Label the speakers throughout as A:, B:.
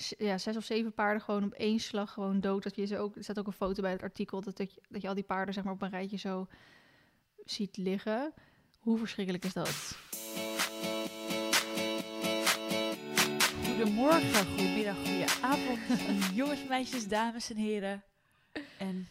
A: 6 of 7 paarden gewoon op één slag gewoon dood. Dat je ze ook, er staat ook een foto bij het artikel dat je al die paarden zeg maar op een rijtje zo ziet liggen. Hoe verschrikkelijk is dat?
B: Goedemorgen, goedemiddag, goedenavond, jongens, meisjes, dames en heren. En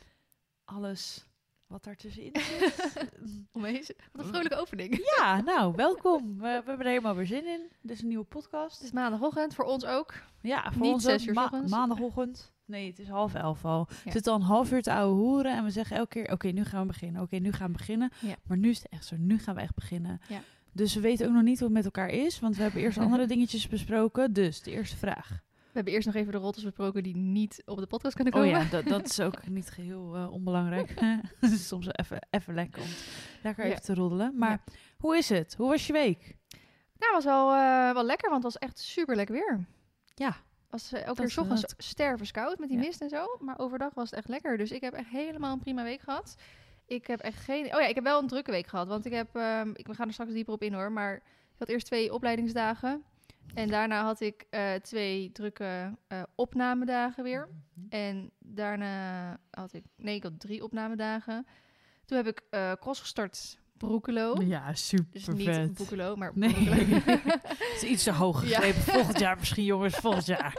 B: alles wat daartussenin zit.
A: Omeens, wat een vrolijke opening.
B: Ja, nou, welkom. We hebben er helemaal weer zin in. Dit is een nieuwe podcast.
A: Het is maandagochtend, voor ons ook.
B: Ja, voor
A: Niet
B: ons
A: 6
B: ook
A: uur 's ochtends.
B: maandagochtend. Nee, het is 10:30 al.
A: Ja.
B: We zitten al een half uur te ouwe hoeren en we zeggen elke keer, oké, nu gaan we beginnen. Oké, nu gaan we beginnen.
A: Ja.
B: Maar nu is het echt zo, nu gaan we echt beginnen.
A: Ja.
B: Dus we weten ook nog niet hoe het met elkaar is, want we hebben eerst andere dingetjes besproken. Dus de eerste vraag.
A: We hebben eerst nog even de rotters besproken die niet op de podcast kunnen
B: Oh
A: komen.
B: ja, dat is ook niet geheel onbelangrijk. Soms even lekker om lekker even te roddelen. Maar hoe is het? Hoe was je week?
A: Nou, was wel lekker, want het was echt super lekker weer.
B: Ja.
A: Was elke keer 's ochtends stervenskoud met die mist en zo. Maar overdag was het echt lekker. Dus ik heb echt helemaal een prima week gehad. Ik heb echt geen... Oh ja, ik heb wel een drukke week gehad. Want ik heb... we gaan er straks dieper op in hoor. Maar ik had eerst 2 opleidingsdagen. En daarna had ik 2 drukke opnamedagen weer. En daarna had ik... Nee, ik had 3 opnamedagen. Toen heb ik cross gestart Broekelo.
B: Ja, super
A: Dus niet
B: vet.
A: Broekelo, maar
B: Nee,
A: Broekelo.
B: het is iets te hoog gegrepen. Ja. Volgend jaar misschien, jongens, volgend jaar.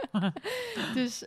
A: Dus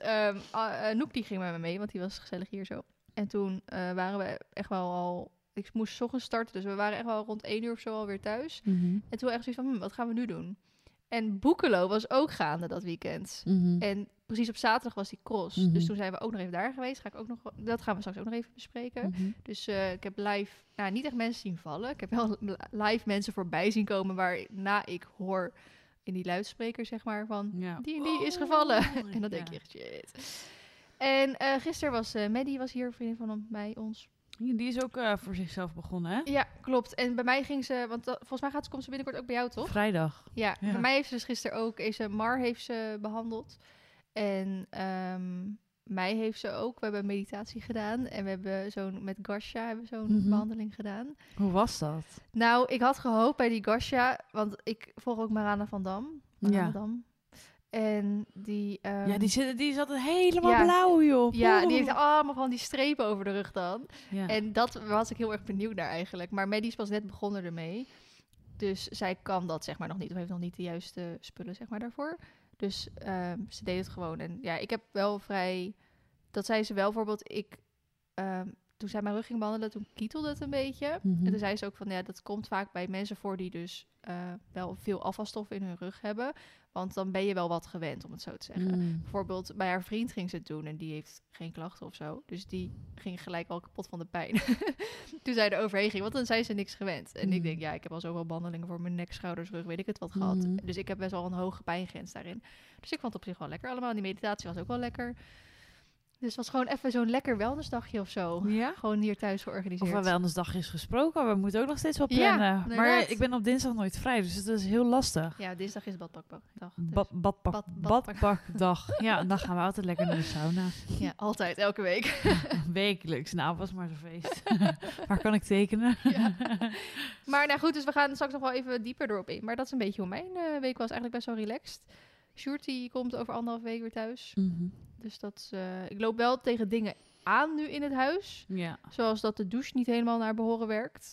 A: Noek die ging met me mee, want die was gezellig hier zo. En toen waren we echt wel al... Ik moest 's ochtends starten, dus we waren echt wel rond 1 uur of zo alweer thuis.
B: Mm-hmm.
A: En toen echt zoiets van, wat gaan we nu doen? En Boekelo was ook gaande dat weekend.
B: Mm-hmm.
A: En precies op zaterdag was die cross.
B: Mm-hmm.
A: Dus toen zijn we ook nog even daar geweest. Dat gaan we straks ook nog even bespreken.
B: Mm-hmm.
A: Dus ik heb live, niet echt mensen zien vallen. Ik heb wel live mensen voorbij zien komen waarna ik hoor in die luidspreker, zeg maar, van die en die is gevallen. En dan denk je echt, shit. En gisteren was Maddie was hier, vriendin van mij, ons.
B: Die is ook voor zichzelf begonnen, hè?
A: Ja, klopt. En bij mij ging ze, want volgens mij komt ze binnenkort ook bij jou, toch?
B: Vrijdag.
A: Ja, bij mij heeft ze dus gisteren ook, Mar heeft ze behandeld. En mij heeft ze ook, we hebben meditatie gedaan. En we hebben met Gasha hebben we zo'n behandeling gedaan.
B: Hoe was dat?
A: Nou, ik had gehoopt bij die Gasha, want ik volg ook Marana van Dam. Dam. En die...
B: die zat helemaal blauw, joh.
A: Ja, die heeft allemaal van die strepen over de rug dan.
B: Ja.
A: En dat was ik heel erg benieuwd naar eigenlijk. Maar Maddie is pas net begonnen ermee. Dus zij kan dat zeg maar nog niet. Of heeft nog niet de juiste spullen zeg maar daarvoor. Dus ze deed het gewoon. En ja, ik heb wel vrij... Dat zei ze wel bijvoorbeeld. Toen zij mijn rug ging behandelen, toen kietelde het een beetje.
B: Mm-hmm.
A: En toen zei ze ook van, ja, dat komt vaak bij mensen voor die dus wel veel afvalstoffen in hun rug hebben. Want dan ben je wel wat gewend, om het zo te zeggen. Bijvoorbeeld, bij haar vriend ging ze het doen en die heeft geen klachten of zo. Dus die ging gelijk al kapot van de pijn. Toen zij er overheen ging, want dan zijn ze niks gewend. En ik denk, ja, ik heb al zoveel behandelingen voor mijn nek, schouders, rug, weet ik het wat gehad. Dus ik heb best wel een hoge pijngrens daarin. Dus ik vond het op zich wel lekker allemaal. Die meditatie was ook wel lekker. Dus het was gewoon even zo'n lekker wellnessdagje of zo.
B: Ja?
A: Gewoon hier thuis georganiseerd.
B: Of een wellnessdag is gesproken, maar we moeten ook nog steeds wel plannen.
A: Ja,
B: maar ik ben op dinsdag nooit vrij, dus dat is heel lastig.
A: Ja, dinsdag is badpakdag.
B: Badpakdag. Ja, en dan gaan we altijd lekker naar de sauna.
A: Ja, altijd, elke week.
B: Wekelijks. Nou, was maar zo'n feest. Waar kan ik tekenen?
A: Ja. Maar nou goed, dus we gaan straks nog wel even dieper erop in. Maar dat is een beetje hoe mijn week was. Eigenlijk best wel relaxed. Sjoerd, die komt over 1,5 week weer thuis.
B: Mm-hmm.
A: Dus ik loop wel tegen dingen aan nu in het huis.
B: Ja.
A: Zoals dat de douche niet helemaal naar behoren werkt.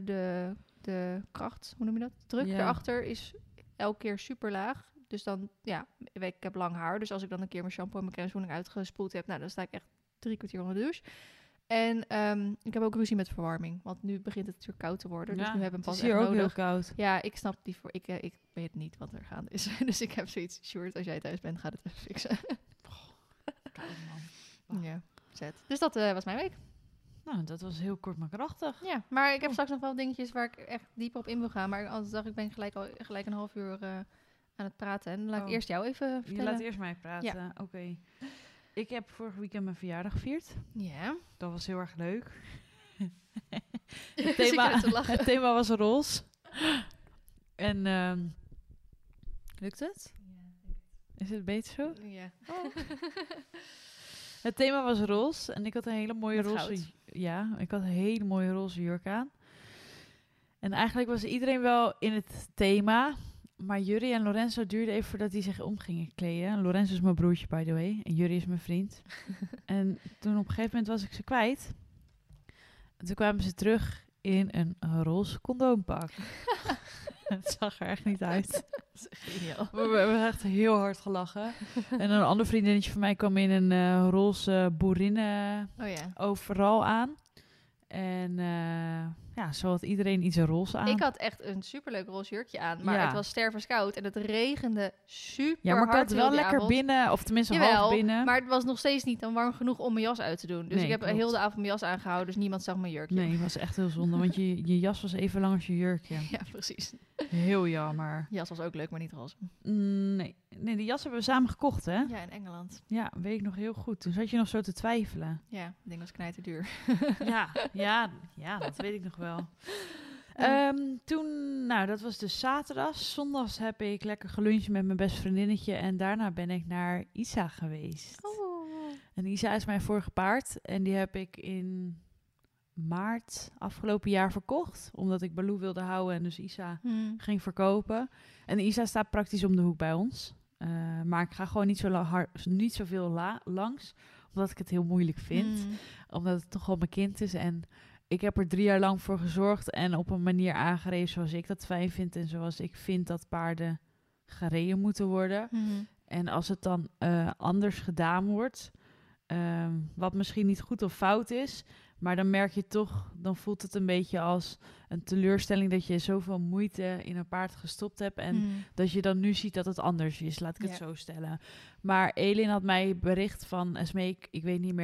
A: De kracht, hoe noem je dat? Druk erachter is elke keer super laag. Dus dan, ik heb lang haar. Dus als ik dan een keer mijn shampoo en mijn crèmevoeding uitgespoeld heb, nou, dan sta ik echt 3 kwartier onder de douche. En ik heb ook ruzie met verwarming. Want nu begint het natuurlijk koud te worden. Dus nu hebben we pas
B: echt nodig. Het is hier ook heel koud.
A: Ja, ik snap die voor. Ik weet niet wat er gaande is. Dus ik heb zoiets. Sjoerd, als jij thuis bent, gaat het even fixen.
B: Koud, man.
A: Ja, zet. Dus dat was mijn week.
B: Nou, dat was heel kort maar krachtig.
A: Ja, maar ik heb straks nog wel dingetjes waar ik echt dieper op in wil gaan. Maar anders dacht ik, ben ik gelijk een half uur aan het praten. En dan laat ik eerst jou even vertellen.
B: Je laat eerst mij praten. Ja. Oké. Ik heb vorig weekend mijn verjaardag gevierd.
A: Ja.
B: Dat was heel erg leuk.
A: Het
B: thema was roze. En lukt het?
A: Ja.
B: Is het beter zo?
A: Ja.
B: Oh. Het thema was roze en ik had een hele mooie ik had een hele mooie roze jurk aan. En eigenlijk was iedereen wel in het thema. Maar Jurri en Lorenzo duurde even voordat die zich om gingen kleden. Lorenzo is mijn broertje, by the way. En Jurri is mijn vriend. En toen op een gegeven moment was ik ze kwijt. En toen kwamen ze terug in een roze condoompak. Het zag er echt niet uit.
A: Geniaal.
B: We hebben echt heel hard gelachen. En een ander vriendinnetje van mij kwam in een roze boerinnen
A: Oh ja.
B: overal aan. En zo had iedereen iets roze aan.
A: Ik had echt een superleuk roze jurkje aan, maar
B: Ja.
A: het was stervenskoud en het regende super
B: Ja, maar ik
A: hard
B: had wel
A: heel die
B: lekker
A: avond.
B: binnen, of tenminste
A: Jawel,
B: half binnen.
A: maar het was nog steeds niet dan warm genoeg om mijn jas uit te doen. Dus
B: Nee,
A: ik heb
B: klopt.
A: heel de avond mijn jas aangehouden, dus niemand zag mijn jurkje.
B: Nee, het was echt heel zonde, want je jas was even lang als je jurkje.
A: Ja, precies.
B: Heel jammer.
A: Jas was ook leuk, maar niet roze.
B: Nee, die jas hebben we samen gekocht, hè?
A: Ja, in Engeland.
B: Ja, weet ik nog heel goed. Toen zat je nog zo te twijfelen.
A: Ja, het ding was knijterduur.
B: Ja, dat weet ik nog wel.
A: Ja.
B: Toen, dat was dus zaterdag. Zondags heb ik lekker geluncht met mijn beste vriendinnetje. En daarna ben ik naar Isa geweest.
A: Oh.
B: En Isa is mijn vorige paard. En die heb ik in maart afgelopen jaar verkocht. Omdat ik Baloo wilde houden en dus Isa ging verkopen. En Isa staat praktisch om de hoek bij ons. Maar ik ga gewoon niet zoveel langs. Omdat ik het heel moeilijk vind. Omdat het toch wel mijn kind is. En ik heb er 3 jaar lang voor gezorgd. En op een manier aangereden zoals ik dat fijn vind. En zoals ik vind dat paarden gereden moeten worden. En als het dan anders gedaan wordt. Wat misschien niet goed of fout is. Maar dan merk je toch, dan voelt het een beetje als een teleurstelling dat je zoveel moeite in een paard gestopt hebt. En dat je dan nu ziet dat het anders is, laat ik het zo stellen. Maar Elin had mij bericht van, Esmee, ik weet niet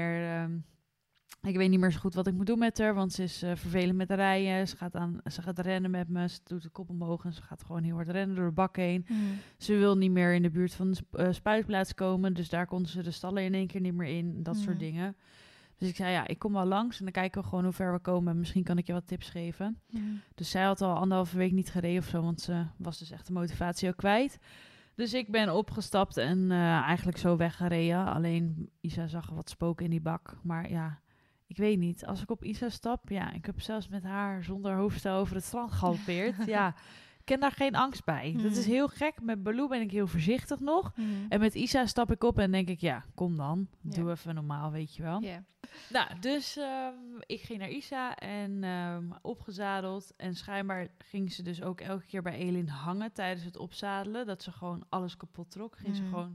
B: meer zo goed wat ik moet doen met haar. Want ze is vervelend met rijden. Ze gaat rennen met me. Ze doet de kop omhoog en ze gaat gewoon heel hard rennen door de bak heen. Ze wil niet meer in de buurt van de spuitplaats komen. Dus daar konden ze de stallen in één keer niet meer in. Dat soort dingen. Dus ik zei, ik kom wel langs en dan kijken we gewoon hoe ver we komen. En misschien kan ik je wat tips geven. Dus zij had al 1,5 week niet gereden of zo, want ze was dus echt de motivatie ook kwijt. Dus ik ben opgestapt en eigenlijk zo weggereden. Alleen Isa zag wat spoken in die bak. Maar ja, ik weet niet. Als ik op Isa stap, ik heb zelfs met haar zonder hoofdstel over het strand gehalpeerd. Ik ken daar geen angst bij. Dat is heel gek. Met Baloo ben ik heel voorzichtig nog. En met Isa stap ik op en denk ik, kom dan. Doe even normaal, weet je wel. Nou, dus ik ging naar Isa en opgezadeld. En schijnbaar ging ze dus ook elke keer bij Elin hangen tijdens het opzadelen. Dat ze gewoon alles kapot trok. Ging ze gewoon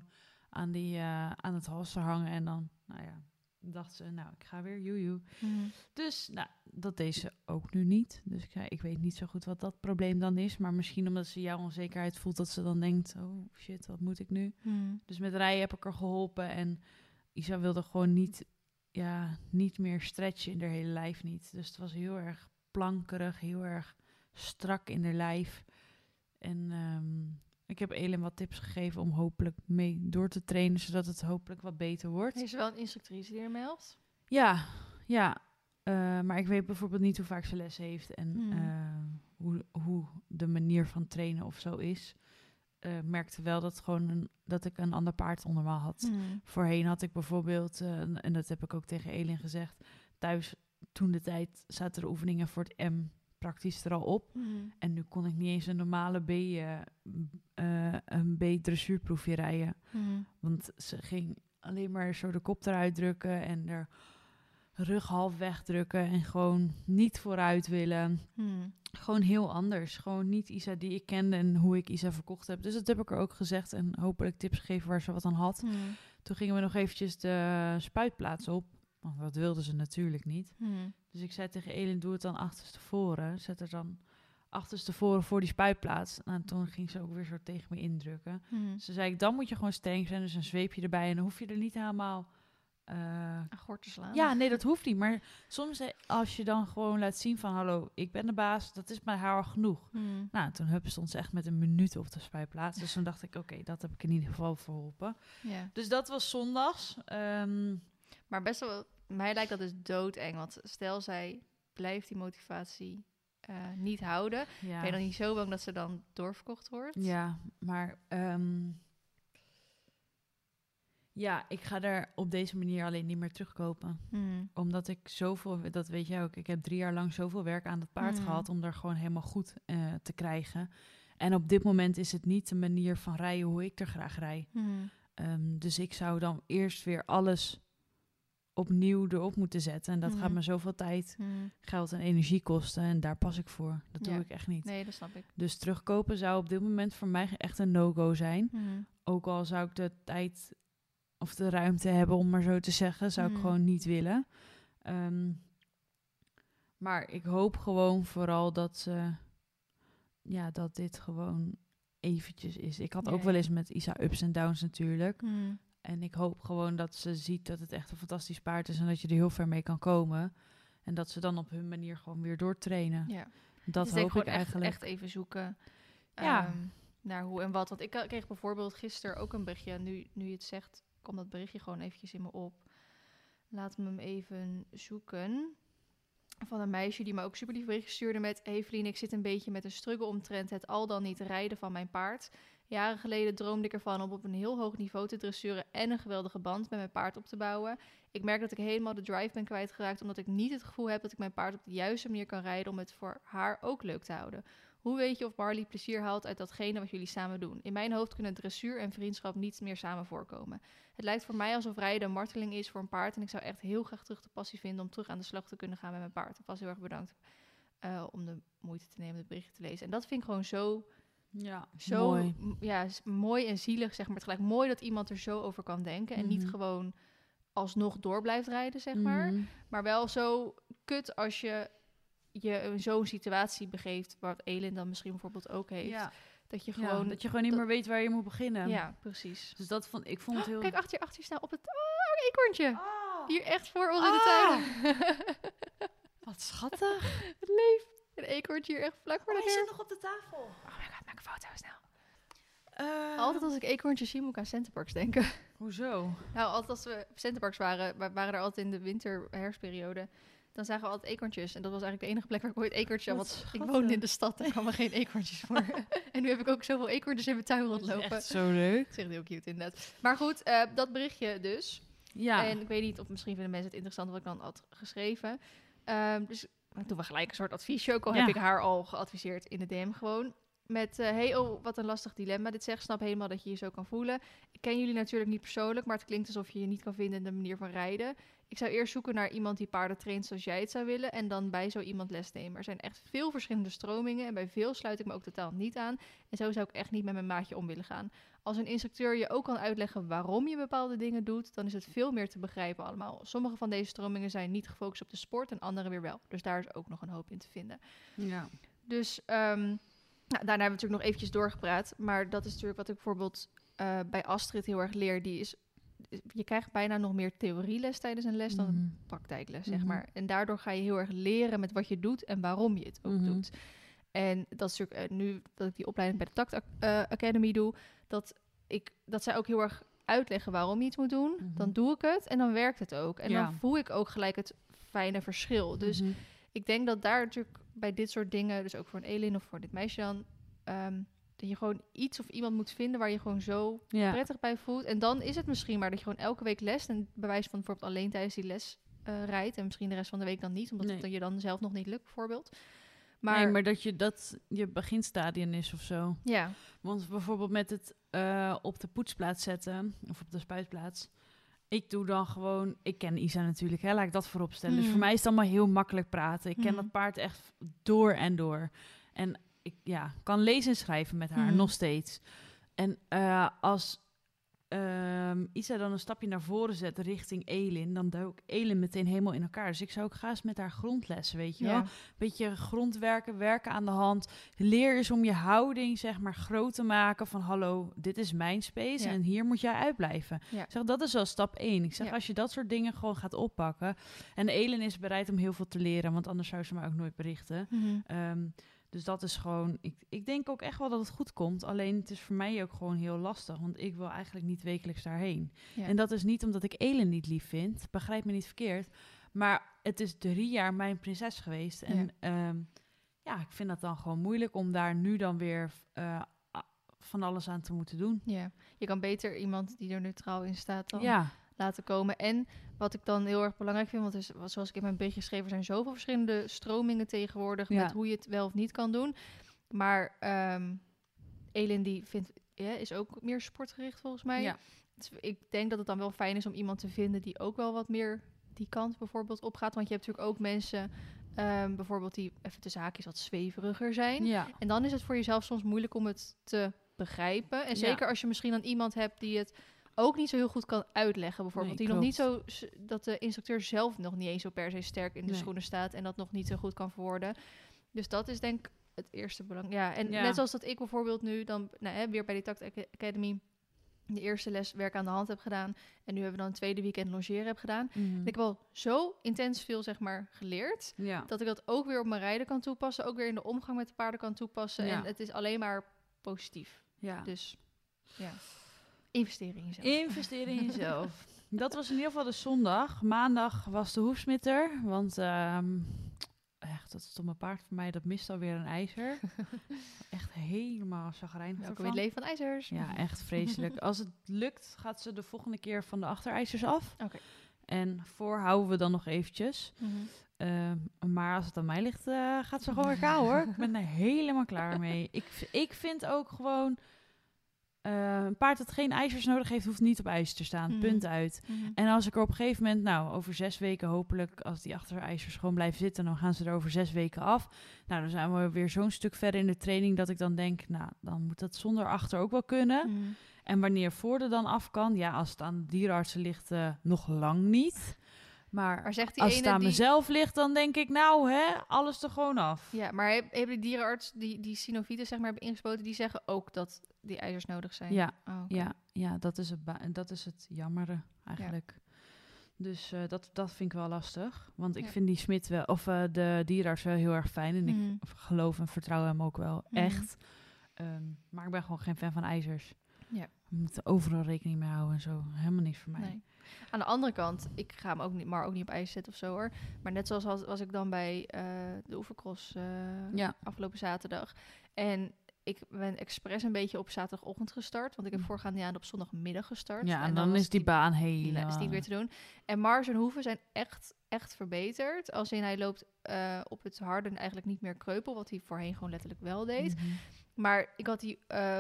B: aan het halster hangen. En dan, dacht ze, ik ga weer, joejoe. Dus, dat deed ze ook nu niet. Dus ik zei, ik weet niet zo goed wat dat probleem dan is. Maar misschien omdat ze jouw onzekerheid voelt, dat ze dan denkt, oh shit, wat moet ik nu? Dus met rijden heb ik haar geholpen. En Isa wilde gewoon niet meer stretchen in haar hele lijf niet. Dus het was heel erg plankerig, heel erg strak in haar lijf. En ik heb Elin wat tips gegeven om hopelijk mee door te trainen, zodat het hopelijk wat beter wordt.
A: Is er wel een instructrice die ermee helpt?
B: Ja. Maar ik weet bijvoorbeeld niet hoe vaak ze les heeft en hoe de manier van trainen of zo is. Merkte wel dat ik een ander paard onder me had. Voorheen had ik bijvoorbeeld, en dat heb ik ook tegen Elin gezegd, thuis toen de tijd zaten er oefeningen voor het M praktisch er al op. En nu kon ik niet eens een normale een B-dressuurproefje rijden. Want ze ging alleen maar zo de kop eruit drukken en de rug half wegdrukken en gewoon niet vooruit willen. Gewoon heel anders. Gewoon niet Isa die ik kende en hoe ik Isa verkocht heb. Dus dat heb ik er ook gezegd en hopelijk tips gegeven waar ze wat aan had. Toen gingen we nog eventjes de spuitplaats op. Want dat wilden ze natuurlijk niet. Dus ik zei tegen Elin, doe het dan achterstevoren. Zet er dan achterstevoren voor die spuitplaats. En toen ging ze ook weer zo tegen me indrukken. Ze zei, dan moet je gewoon streng zijn. Dus een zweepje erbij. En dan hoef je er niet helemaal
A: gort te slaan.
B: Ja, nee, dat hoeft niet. Maar soms als je dan gewoon laat zien van, hallo, ik ben de baas. Dat is mij haar genoeg. Nou, toen stond ze echt met 1 minuut op de spuitplaats. Dus toen dacht ik, oké, dat heb ik in ieder geval verholpen. Dus dat was zondags.
A: Maar best wel, mij lijkt dat dus doodeng. Want stel zij blijft die motivatie niet houden. Ben je dan niet zo bang dat ze dan doorverkocht wordt?
B: Ja, maar ik ga er op deze manier alleen niet meer terugkopen. Omdat ik zoveel, dat weet jij ook, ik heb 3 jaar lang zoveel werk aan het paard gehad om er gewoon helemaal goed te krijgen. En op dit moment is het niet de manier van rijden hoe ik er graag rij. Dus ik zou dan eerst weer alles opnieuw erop moeten zetten. En dat gaat me zoveel tijd, geld en energie kosten. En daar pas ik voor. Dat doe ik echt niet.
A: Nee, dat snap ik.
B: Dus terugkopen zou op dit moment voor mij echt een no-go zijn. Ook al zou ik de tijd of de ruimte hebben, om maar zo te zeggen, zou ik gewoon niet willen. Maar ik hoop gewoon vooral dat dat dit gewoon eventjes is. Ik had ook wel eens met Isa ups en downs natuurlijk. En ik hoop gewoon dat ze ziet dat het echt een fantastisch paard is en dat je er heel ver mee kan komen. En dat ze dan op hun manier gewoon weer doortrainen.
A: Ja.
B: Dat hoop ik eigenlijk.
A: Echt even zoeken naar hoe en wat. Want ik kreeg bijvoorbeeld gisteren ook een berichtje. Nu je het zegt, komt dat berichtje gewoon eventjes in me op. Laat me hem even zoeken. Van een meisje die me ook super lief berichtje stuurde met... Hey Evelien, ik zit een beetje met een struggle omtrent het al dan niet rijden van mijn paard. Jaren geleden droomde ik ervan om op een heel hoog niveau te dressuren en een geweldige band met mijn paard op te bouwen. Ik merk dat ik helemaal de drive ben kwijtgeraakt omdat ik niet het gevoel heb dat ik mijn paard op de juiste manier kan rijden om het voor haar ook leuk te houden. Hoe weet je of Marley plezier haalt uit datgene wat jullie samen doen? In mijn hoofd kunnen dressuur en vriendschap niet meer samen voorkomen. Het lijkt voor mij alsof rijden een marteling is voor een paard en ik zou echt heel graag terug de passie vinden om terug aan de slag te kunnen gaan met mijn paard. Ik was heel erg bedankt om de moeite te nemen het berichtje te lezen. En dat vind ik gewoon zo
B: mooi.
A: Mooi en zielig, zeg maar. Tegelijk mooi dat iemand er zo over kan denken en niet gewoon alsnog door blijft rijden, zeg maar. Maar wel zo kut als je in zo'n situatie begeeft, wat Elin dan misschien bijvoorbeeld ook heeft.
B: Ja.
A: Dat je gewoon
B: niet meer weet waar je moet beginnen.
A: Ja, precies.
B: Dus ik vond het heel...
A: Kijk, achter je snel op het een eekhoorntje.
B: Oh.
A: Hier echt voor ons in de tuin.
B: Wat schattig.
A: Het leeft. Een eekhoorntje hier echt vlak voor de deur.
B: Hij zit nog op de tafel.
A: Oh my god, maak een foto snel. Altijd als ik eekhoorntjes zie, moet ik aan Centerparks denken.
B: Hoezo?
A: Nou, altijd als we op Centerparks waren, we waren er altijd in de herfstperiode. Dan zagen we altijd eekhoorntjes. En dat was eigenlijk de enige plek waar ik ooit eekhoortjes had. Want ik woonde in de stad en kwam er geen eekhoorntjes voor. En nu heb ik ook zoveel eekhoorntjes in mijn tuin rondlopen.
B: Dat is echt zo leuk.
A: Dat is echt heel cute inderdaad. Maar goed, dat berichtje dus.
B: Ja.
A: En ik weet niet of misschien vinden mensen het interessant wat ik dan had geschreven. Dus doen we gelijk een soort adviesje. Ook al heb ik haar al geadviseerd in de DM gewoon. Met, wat een lastig dilemma. Dit zegt, snap helemaal dat je je zo kan voelen. Ik ken jullie natuurlijk niet persoonlijk, maar het klinkt alsof je je niet kan vinden in de manier van rijden. Ik zou eerst zoeken naar iemand die paarden traint zoals jij het zou willen en dan bij zo iemand les nemen. Er zijn echt veel verschillende stromingen en bij veel sluit ik me ook totaal niet aan. En zo zou ik echt niet met mijn maatje om willen gaan. Als een instructeur je ook kan uitleggen waarom je bepaalde dingen doet, dan is het veel meer te begrijpen allemaal. Sommige van deze stromingen zijn niet gefocust op de sport en andere weer wel. Dus daar is ook nog een hoop in te vinden.
B: Ja.
A: Dus daarna hebben we natuurlijk nog eventjes doorgepraat. Maar dat is natuurlijk wat ik bijvoorbeeld bij Astrid heel erg leer. Je krijgt bijna nog meer theorieles tijdens een les dan een praktijkles, zeg maar. En daardoor ga je heel erg leren met wat je doet en waarom je het ook doet. En dat is natuurlijk nu dat ik die opleiding bij de Tact Academy doe, dat zij ook heel erg uitleggen waarom je iets moet doen. Dan doe ik het en dan werkt het ook. En dan voel ik ook gelijk het fijne verschil. Dus ik denk dat daar natuurlijk bij dit soort dingen, dus ook voor een Elin of voor dit meisje dan, dat je gewoon iets of iemand moet vinden waar je gewoon zo prettig bij voelt. En dan is het misschien maar dat je gewoon elke week les en bewijs van bijvoorbeeld alleen tijdens die les rijdt en misschien de rest van de week dan niet, omdat het je dan zelf nog niet lukt bijvoorbeeld.
B: Maar dat je beginstadium is of zo.
A: Ja.
B: Want bijvoorbeeld met het op de poetsplaats zetten of op de spuitplaats. Ik doe dan gewoon... Ik ken Isa natuurlijk, laat ik dat voorop stellen. Dus voor mij is het allemaal heel makkelijk praten. Ik ken dat paard echt door en door. En ik kan lezen en schrijven met haar, nog steeds. En als Isa dan een stapje naar voren zet richting Elin, dan duw ik Elin meteen helemaal in elkaar. Dus ik zou ook graag eens met haar grondlessen, weet je wel. Beetje grondwerken, werken aan de hand. Leer eens om je houding, zeg maar, groot te maken van hallo, dit is mijn space en hier moet jij uitblijven. Ja. Ik zeg, dat is wel stap 1. Ik zeg, als je dat soort dingen gewoon gaat oppakken. En Elin is bereid om heel veel te leren, want anders zou ze me ook nooit berichten. Dus dat is gewoon... Ik denk ook echt wel dat het goed komt. Alleen het is voor mij ook gewoon heel lastig. Want ik wil eigenlijk niet wekelijks daarheen. Ja. En dat is niet omdat ik Elin niet lief vind. Begrijp me niet verkeerd. Maar het is 3 jaar mijn prinses geweest. En ik vind dat dan gewoon moeilijk om daar nu dan weer van alles aan te moeten doen.
A: Ja, je kan beter iemand die er neutraal in staat dan laten komen. En wat ik dan heel erg belangrijk vind, want zoals ik in mijn berichtje schreef, er zijn zoveel verschillende stromingen tegenwoordig met hoe je het wel of niet kan doen. Maar Elin die is ook meer sportgericht volgens mij.
B: Ja.
A: Dus ik denk dat het dan wel fijn is om iemand te vinden die ook wel wat meer die kant bijvoorbeeld opgaat. Want je hebt natuurlijk ook mensen bijvoorbeeld die even de zaakjes wat zweveriger zijn.
B: Ja.
A: En dan is het voor jezelf soms moeilijk om het te begrijpen. En zeker als je misschien dan iemand hebt die het ook niet zo heel goed kan uitleggen. Bijvoorbeeld die nog niet zo, dat de instructeur zelf nog niet eens zo per se sterk in de schoenen staat en dat nog niet zo goed kan verwoorden. Dus dat is denk ik het eerste belang. Ja, en net zoals dat ik bijvoorbeeld nu dan weer bij die Tact Academy de eerste les werk aan de hand heb gedaan. En nu hebben we dan een tweede weekend logeren heb gedaan. Ik heb wel zo intens veel, zeg maar, geleerd. Ja. Dat ik dat ook weer op mijn rijden kan toepassen. Ook weer in de omgang met de paarden kan toepassen. Ja. En het is alleen maar positief. Ja. Dus ja, investeren in jezelf.
B: Investeren in jezelf. Dat was in ieder geval de zondag. Maandag was de hoefsmitter. Want echt, dat is toch mijn paard voor mij. Dat mist alweer een ijzer. Echt helemaal chagrijnig.
A: Ook weer het leven van ijzers.
B: Ja, echt vreselijk. Als het lukt, gaat ze de volgende keer van de achterijzers af.
A: Okay.
B: En voor houden we dan nog eventjes. Maar als het aan mij ligt, gaat ze gewoon weer kou, hoor. Ik ben er helemaal klaar mee. Ik vind ook gewoon... een paard dat geen ijzers nodig heeft, hoeft niet op ijzer te staan. Punt uit. En als ik er op een gegeven moment, over 6 weken hopelijk, als die achterijzers gewoon blijven zitten, dan gaan ze er over 6 weken af. Nou, dan zijn we weer zo'n stuk verder in de training dat ik dan denk, dan moet dat zonder achter ook wel kunnen. En wanneer voor de dan af kan, ja, als het aan de dierenartsen ligt, nog lang niet. Maar zegt die als het aan mezelf ligt, dan denk ik, alles er gewoon af.
A: Ja, maar hebben die dierenarts die synovieten, zeg maar, hebben ingespoten, die zeggen ook dat die ijzers nodig zijn?
B: Ja, ja, dat is het jammere eigenlijk. Ja. Dus dat vind ik wel lastig. Want ik vind die Smit wel, of de dierenarts wel heel erg fijn. En ik geloof en vertrouw hem ook wel echt. Maar ik ben gewoon geen fan van ijzers. Ja. We moeten overal rekening mee houden en zo. Helemaal niks voor mij.
A: Nee. Aan de andere kant, ik ga hem ook niet op ijs zetten of zo, hoor. Maar net zoals was ik dan bij de oefencross afgelopen zaterdag. En ik ben expres een beetje op zaterdagochtend gestart. Want ik heb voorgaande jaren op zondagmiddag gestart.
B: Ja, en dan is die baan helemaal...
A: is die weer te doen. En Mars en Hoeven zijn echt verbeterd. Als in hij loopt op het harde eigenlijk niet meer kreupel. Wat hij voorheen gewoon letterlijk wel deed. Maar ik had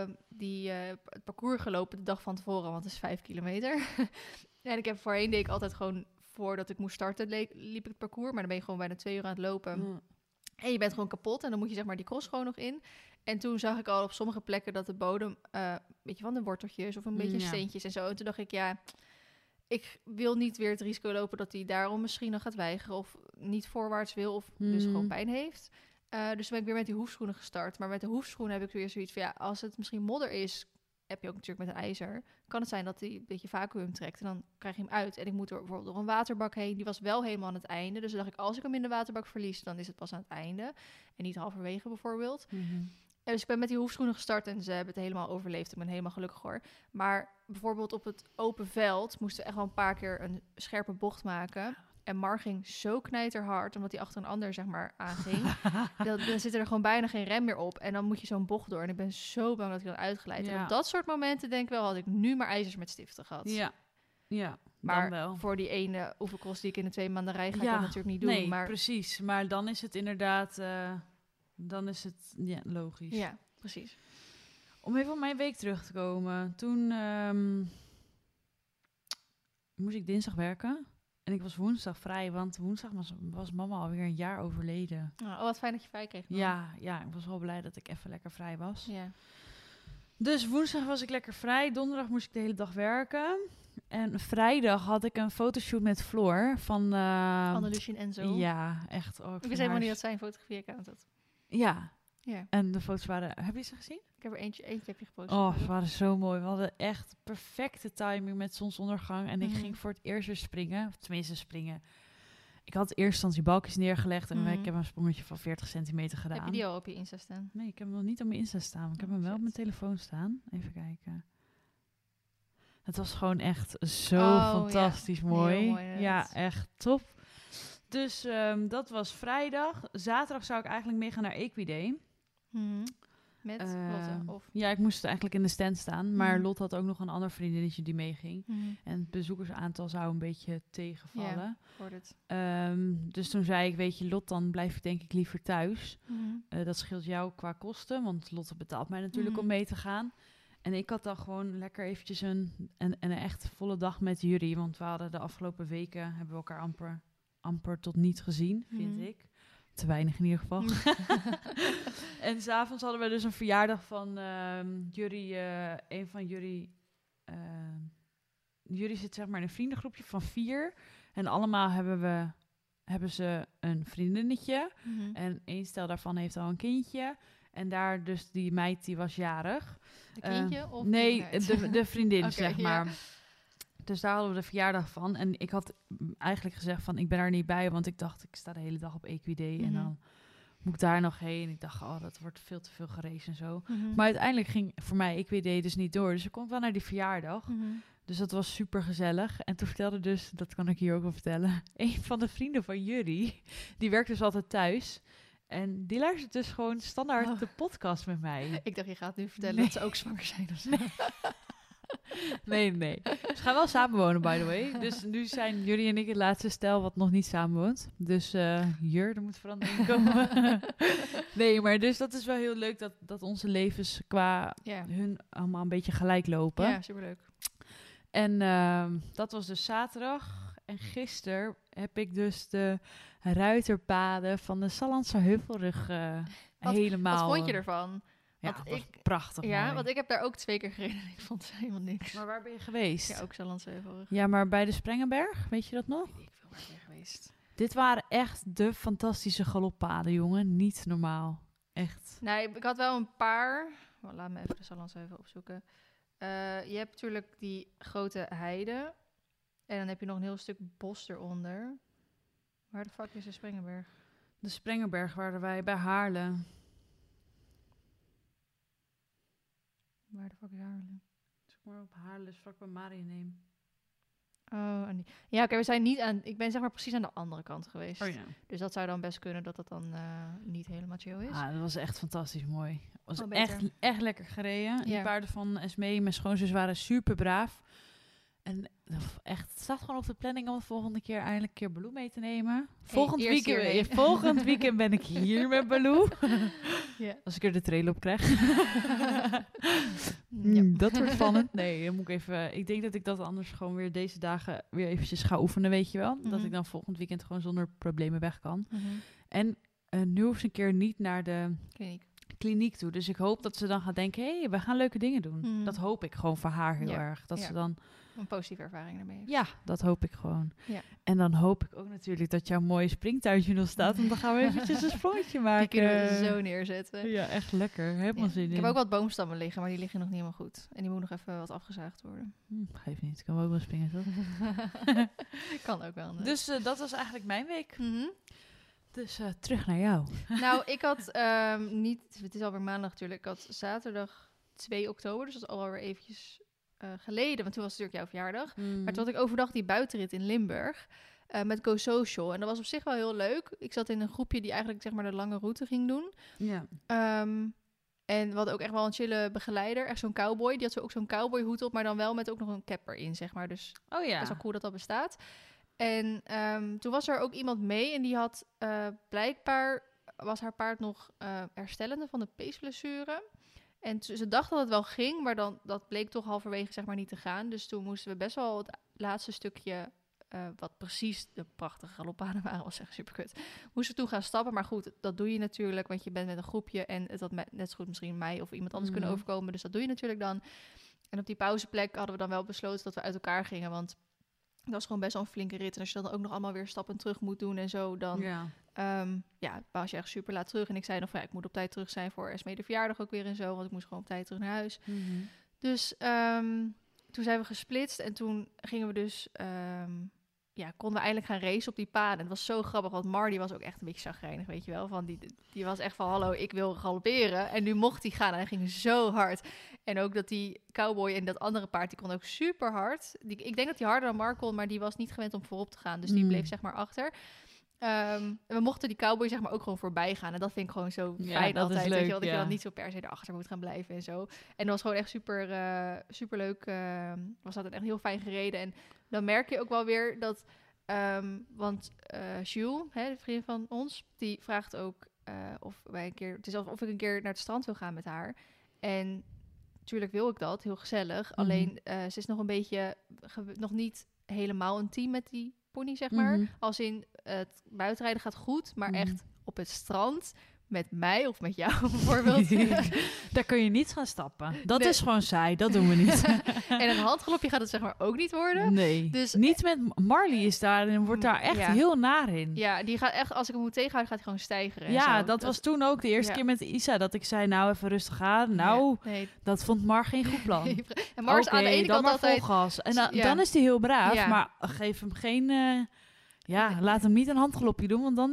A: het parcours gelopen de dag van tevoren. Want het is 5 kilometer. En voorheen deed ik altijd gewoon, voordat ik moest starten, liep ik het parcours. Maar dan ben je gewoon bijna 2 uur aan het lopen. En je bent gewoon kapot. En dan moet je zeg maar die cross gewoon nog in. En toen zag ik al op sommige plekken dat de bodem, een beetje van de worteltjes of een beetje steentjes en zo. En toen dacht ik, ik wil niet weer het risico lopen dat hij daarom misschien nog gaat weigeren. Of niet voorwaarts wil of dus gewoon pijn heeft. Dus toen ben ik weer met die hoefschoenen gestart. Maar met de hoefschoenen heb ik weer zoiets van, als het misschien modder is, heb je ook natuurlijk met een ijzer, kan het zijn dat hij een beetje vacuüm trekt en dan krijg je hem uit. En ik moet bijvoorbeeld door een waterbak heen. Die was wel helemaal aan het einde. Dus dan dacht ik, als ik hem in de waterbak verlies, dan is het pas aan het einde. En niet halverwege bijvoorbeeld. Dus ik ben met die hoefschoenen gestart en ze hebben het helemaal overleefd. Ik ben helemaal gelukkig, hoor. Maar bijvoorbeeld op het open veld moesten we echt wel een paar keer een scherpe bocht maken. En Mar ging zo knijterhard, omdat hij achter een ander, zeg maar, aanging. Dan zit er gewoon bijna geen rem meer op. En dan moet je zo'n bocht door. En ik ben zo bang dat ik dan uitgeleid. Ja. En op dat soort momenten denk ik wel, had ik nu maar ijzers met stiften gehad.
B: Ja,
A: maar
B: dan wel.
A: Voor die ene oefencross die ik in de 2 maanden rij, ga ik dat natuurlijk niet doen.
B: Nee,
A: maar...
B: precies. Maar dan is het inderdaad, logisch.
A: Ja, precies.
B: Om even op mijn week terug te komen. Toen moest ik dinsdag werken. En ik was woensdag vrij, want woensdag was mama alweer een jaar overleden.
A: Oh, wat fijn dat je vrij kreeg.
B: Ja, ik was wel blij dat ik even lekker vrij was.
A: Ja.
B: Dus woensdag was ik lekker vrij. Donderdag moest ik de hele dag werken. En vrijdag had ik een fotoshoot met Floor van...
A: Annelusje en Enzo.
B: Ja, echt.
A: Ik wist helemaal niet dat zij een fotografie-account had.
B: Ja. En de foto's waren... Heb je ze gezien?
A: Ik heb er eentje heb je gepost.
B: Ze waren zo mooi. We hadden echt perfecte timing met zonsondergang. En ik ging voor het eerst weer springen. Of tenminste springen. Ik had eerst instantie balkjes neergelegd. En ik heb een sprongetje van 40 centimeter gedaan.
A: Heb je die al op je Insta staan?
B: Nee, ik heb hem nog niet op mijn Insta staan. Ik heb hem wel op mijn telefoon staan. Even kijken. Het was gewoon echt zo fantastisch mooi. Heel mooi. Ja, echt top. Dus dat was vrijdag. Zaterdag zou ik eigenlijk meegaan naar Equiday.
A: Met Lotte? Of?
B: Ja, ik moest eigenlijk in de stand staan. Maar Lot had ook nog een ander vriendinnetje die meeging. En het bezoekersaantal zou een beetje tegenvallen.
A: Hoorde het.
B: Dus toen zei ik, weet je Lot, dan blijf ik denk ik liever thuis. Dat scheelt jou qua kosten, want Lotte betaalt mij natuurlijk om mee te gaan. En ik had dan gewoon lekker eventjes een echt volle dag met Juri. Want we hadden de afgelopen weken, hebben we elkaar amper tot niet gezien, vind ik. Te weinig in ieder geval. En 's avonds hadden we dus een verjaardag van Juri. Een van Juri... Juri zit zeg maar in een vriendengroepje van 4. En allemaal hebben ze een vriendinnetje. En één stel daarvan heeft al een kindje. En daar dus die meid, die was jarig.
A: De kindje? Of
B: nee, de vriendin,
A: okay,
B: zeg maar. Ja. Dus daar hadden we de verjaardag van. En ik had eigenlijk gezegd van, ik ben er niet bij. Want ik dacht, ik sta de hele dag op EQD. En dan moet ik daar nog heen. Ik dacht, dat wordt veel te veel geraced en zo. Maar uiteindelijk ging voor mij EQD dus niet door. Dus ik kon wel naar die verjaardag. Dus dat was super gezellig. En toen vertelde dus, dat kan ik hier ook wel vertellen, een van de vrienden van Juri, die werkt dus altijd thuis. En die luistert dus gewoon standaard de podcast met mij.
A: Ik dacht, je gaat nu vertellen dat ze ook zwanger zijn of zo.
B: Nee. Ze gaan wel samenwonen, by the way. Dus nu zijn Juri en ik het laatste stel wat nog niet samenwoont. Dus er moet verandering komen. Nee, maar dus dat is wel heel leuk dat onze levens qua hun allemaal een beetje gelijk lopen.
A: Ja, superleuk.
B: En dat was dus zaterdag. En gisteren heb ik dus de ruiterpaden van de Sallandse Heuvelrug helemaal...
A: Wat vond je ervan?
B: Ja, dat was prachtig
A: Ja,
B: mooi.
A: Want ik heb daar ook 2 keer gereden en ik vond het helemaal niks.
B: Maar waar ben je geweest?
A: Ja, ook Sallandse Heuvelrug.
B: Ja, maar bij de Sprengenberg, weet je dat nog?
A: Ik veel waar ik ben geweest.
B: Dit waren echt de fantastische galoppaden, jongen. Niet normaal. Echt.
A: Nee, ik had wel een paar... laat me even de Sallandse Heuvel opzoeken. Je hebt natuurlijk die grote heide. En dan heb je nog een heel stuk bos eronder. Waar de fuck is de Sprengenberg?
B: De Sprengenberg waren wij bij Haarlem.
A: Waar de fuck is Haarlem?
B: Zoek maar op Haarlem, vlak bij Marianeem.
A: Oh, ja, oké, we zijn niet aan... Ik ben zeg maar precies aan de andere kant geweest.
B: Oh ja.
A: Dus dat zou dan best kunnen dat dat dan niet helemaal chill is.
B: Ah, dat was echt fantastisch mooi. Het was
A: beter.
B: echt lekker gereden. Die
A: Ja.
B: paarden van Esmee, mijn schoonzus, waren super braaf. En echt, het staat gewoon op de planning om de volgende keer eindelijk een keer Baloo mee te nemen. Volgend weekend ben ik hier met Baloo.
A: Yeah.
B: Als ik er de trail op krijg. Dat wordt spannend. Nee, dan moet ik even... Ik denk dat ik dat anders gewoon weer deze dagen weer eventjes ga oefenen, weet je wel. Dat ik dan volgend weekend gewoon zonder problemen weg kan. En nu hoef ze een keer niet naar de kliniek toe. Dus ik hoop dat ze dan gaat denken, hé, we gaan leuke dingen doen. Dat hoop ik gewoon voor haar heel erg. Dat ze dan...
A: een positieve ervaring daarmee heeft.
B: Ja, dat hoop ik gewoon.
A: Ja.
B: En dan hoop ik ook natuurlijk dat jouw mooie springtuintje nog staat. Want dan gaan we eventjes een sprongje maken.
A: Die kunnen we zo neerzetten.
B: Ja, echt lekker. Helemaal zin in.
A: Ik heb ook wat boomstammen liggen, maar die liggen nog niet helemaal goed. En die moet nog even wat afgezaagd worden.
B: Geef niet, kan we ook wel springen, toch?
A: Kan ook wel.
B: Dus dat was eigenlijk mijn week. Dus terug naar jou.
A: Nou, ik had niet... Het is alweer maandag natuurlijk. Ik had zaterdag 2 oktober, dus dat is alweer eventjes geleden. Want toen was het natuurlijk jouw verjaardag. Maar toen had ik overdag die buitenrit in Limburg met Go Social. En dat was op zich wel heel leuk. Ik zat in een groepje die eigenlijk zeg maar de lange route ging doen.
B: Ja.
A: En we hadden ook echt wel een chille begeleider. Echt zo'n cowboy. Die had ook zo'n cowboyhoed op, maar dan wel met ook nog een cap erin, zeg maar. Dus
B: oh ja.
A: Dat is wel cool dat dat bestaat. En toen was er ook iemand mee en die had blijkbaar... was haar paard nog herstellende van de peesblessure. En ze dacht dat het wel ging, maar dan, dat bleek toch halverwege zeg maar niet te gaan. Dus toen moesten we best wel het laatste stukje... wat precies de prachtige galoppaden waren, was echt super kut. Moesten we toen gaan stappen, maar goed, dat doe je natuurlijk, want je bent met een groepje en het had net zo goed misschien mij of iemand anders kunnen overkomen, dus dat doe je natuurlijk dan. En op die pauzeplek hadden we dan wel besloten dat we uit elkaar gingen, want dat was gewoon best wel een flinke rit. En als je dan ook nog allemaal weer stappen terug moet doen en zo, dan was je echt super laat terug. En ik zei nog van, ik moet op tijd terug zijn voor Esmee de verjaardag ook weer en zo, want ik moest gewoon op tijd terug naar huis. Dus toen zijn we gesplitst en toen gingen we dus... konden we eindelijk gaan racen op die paden. Het was zo grappig, want Marty was ook echt een beetje chagrijnig, weet je wel. Van die was echt van, hallo, ik wil galopperen. En nu mocht hij gaan en hij ging zo hard. En ook dat die cowboy en dat andere paard, die kon ook super hard. Ik denk dat hij harder dan Mark kon, maar die was niet gewend om voorop te gaan. Dus die bleef zeg maar achter. We mochten die cowboy zeg maar ook gewoon voorbij gaan. En dat vind ik gewoon zo fijn
B: dat
A: altijd.
B: is leuk,
A: weet je wel, dat je dan niet zo per se erachter moet gaan blijven en zo. En dat was gewoon echt super leuk. Was dat echt heel fijn gereden. En dan merk je ook wel weer dat... want Jules, de vriendin van ons, die vraagt ook of ik een keer naar het strand wil gaan met haar. En natuurlijk wil ik dat, heel gezellig.
B: Mhm.
A: Alleen ze is nog een beetje, nog niet helemaal een team met die pony, zeg maar. Als in het buitenrijden gaat goed, maar echt op het strand met mij of met jou bijvoorbeeld.
B: Daar kun je niet gaan stappen. Dat
A: Nee.
B: is gewoon saai, dat doen we niet.
A: En een handgelopje gaat het zeg maar ook niet worden.
B: Nee,
A: Dus
B: niet met Marley is daar en wordt daar echt heel naar in.
A: Ja, die gaat echt, als ik hem moet tegenhouden, gaat hij gewoon stijgeren.
B: Ja, dat was toen ook de eerste keer met Isa dat ik zei, nou even rustig aan. Nou, dat vond Mar geen goed plan.
A: En Mar is aan de ene
B: dan
A: kant
B: maar
A: altijd...
B: vol gas. En dan is hij heel braaf,
A: Ja.
B: maar geef hem geen... laat hem niet een handgelopje doen, want dan...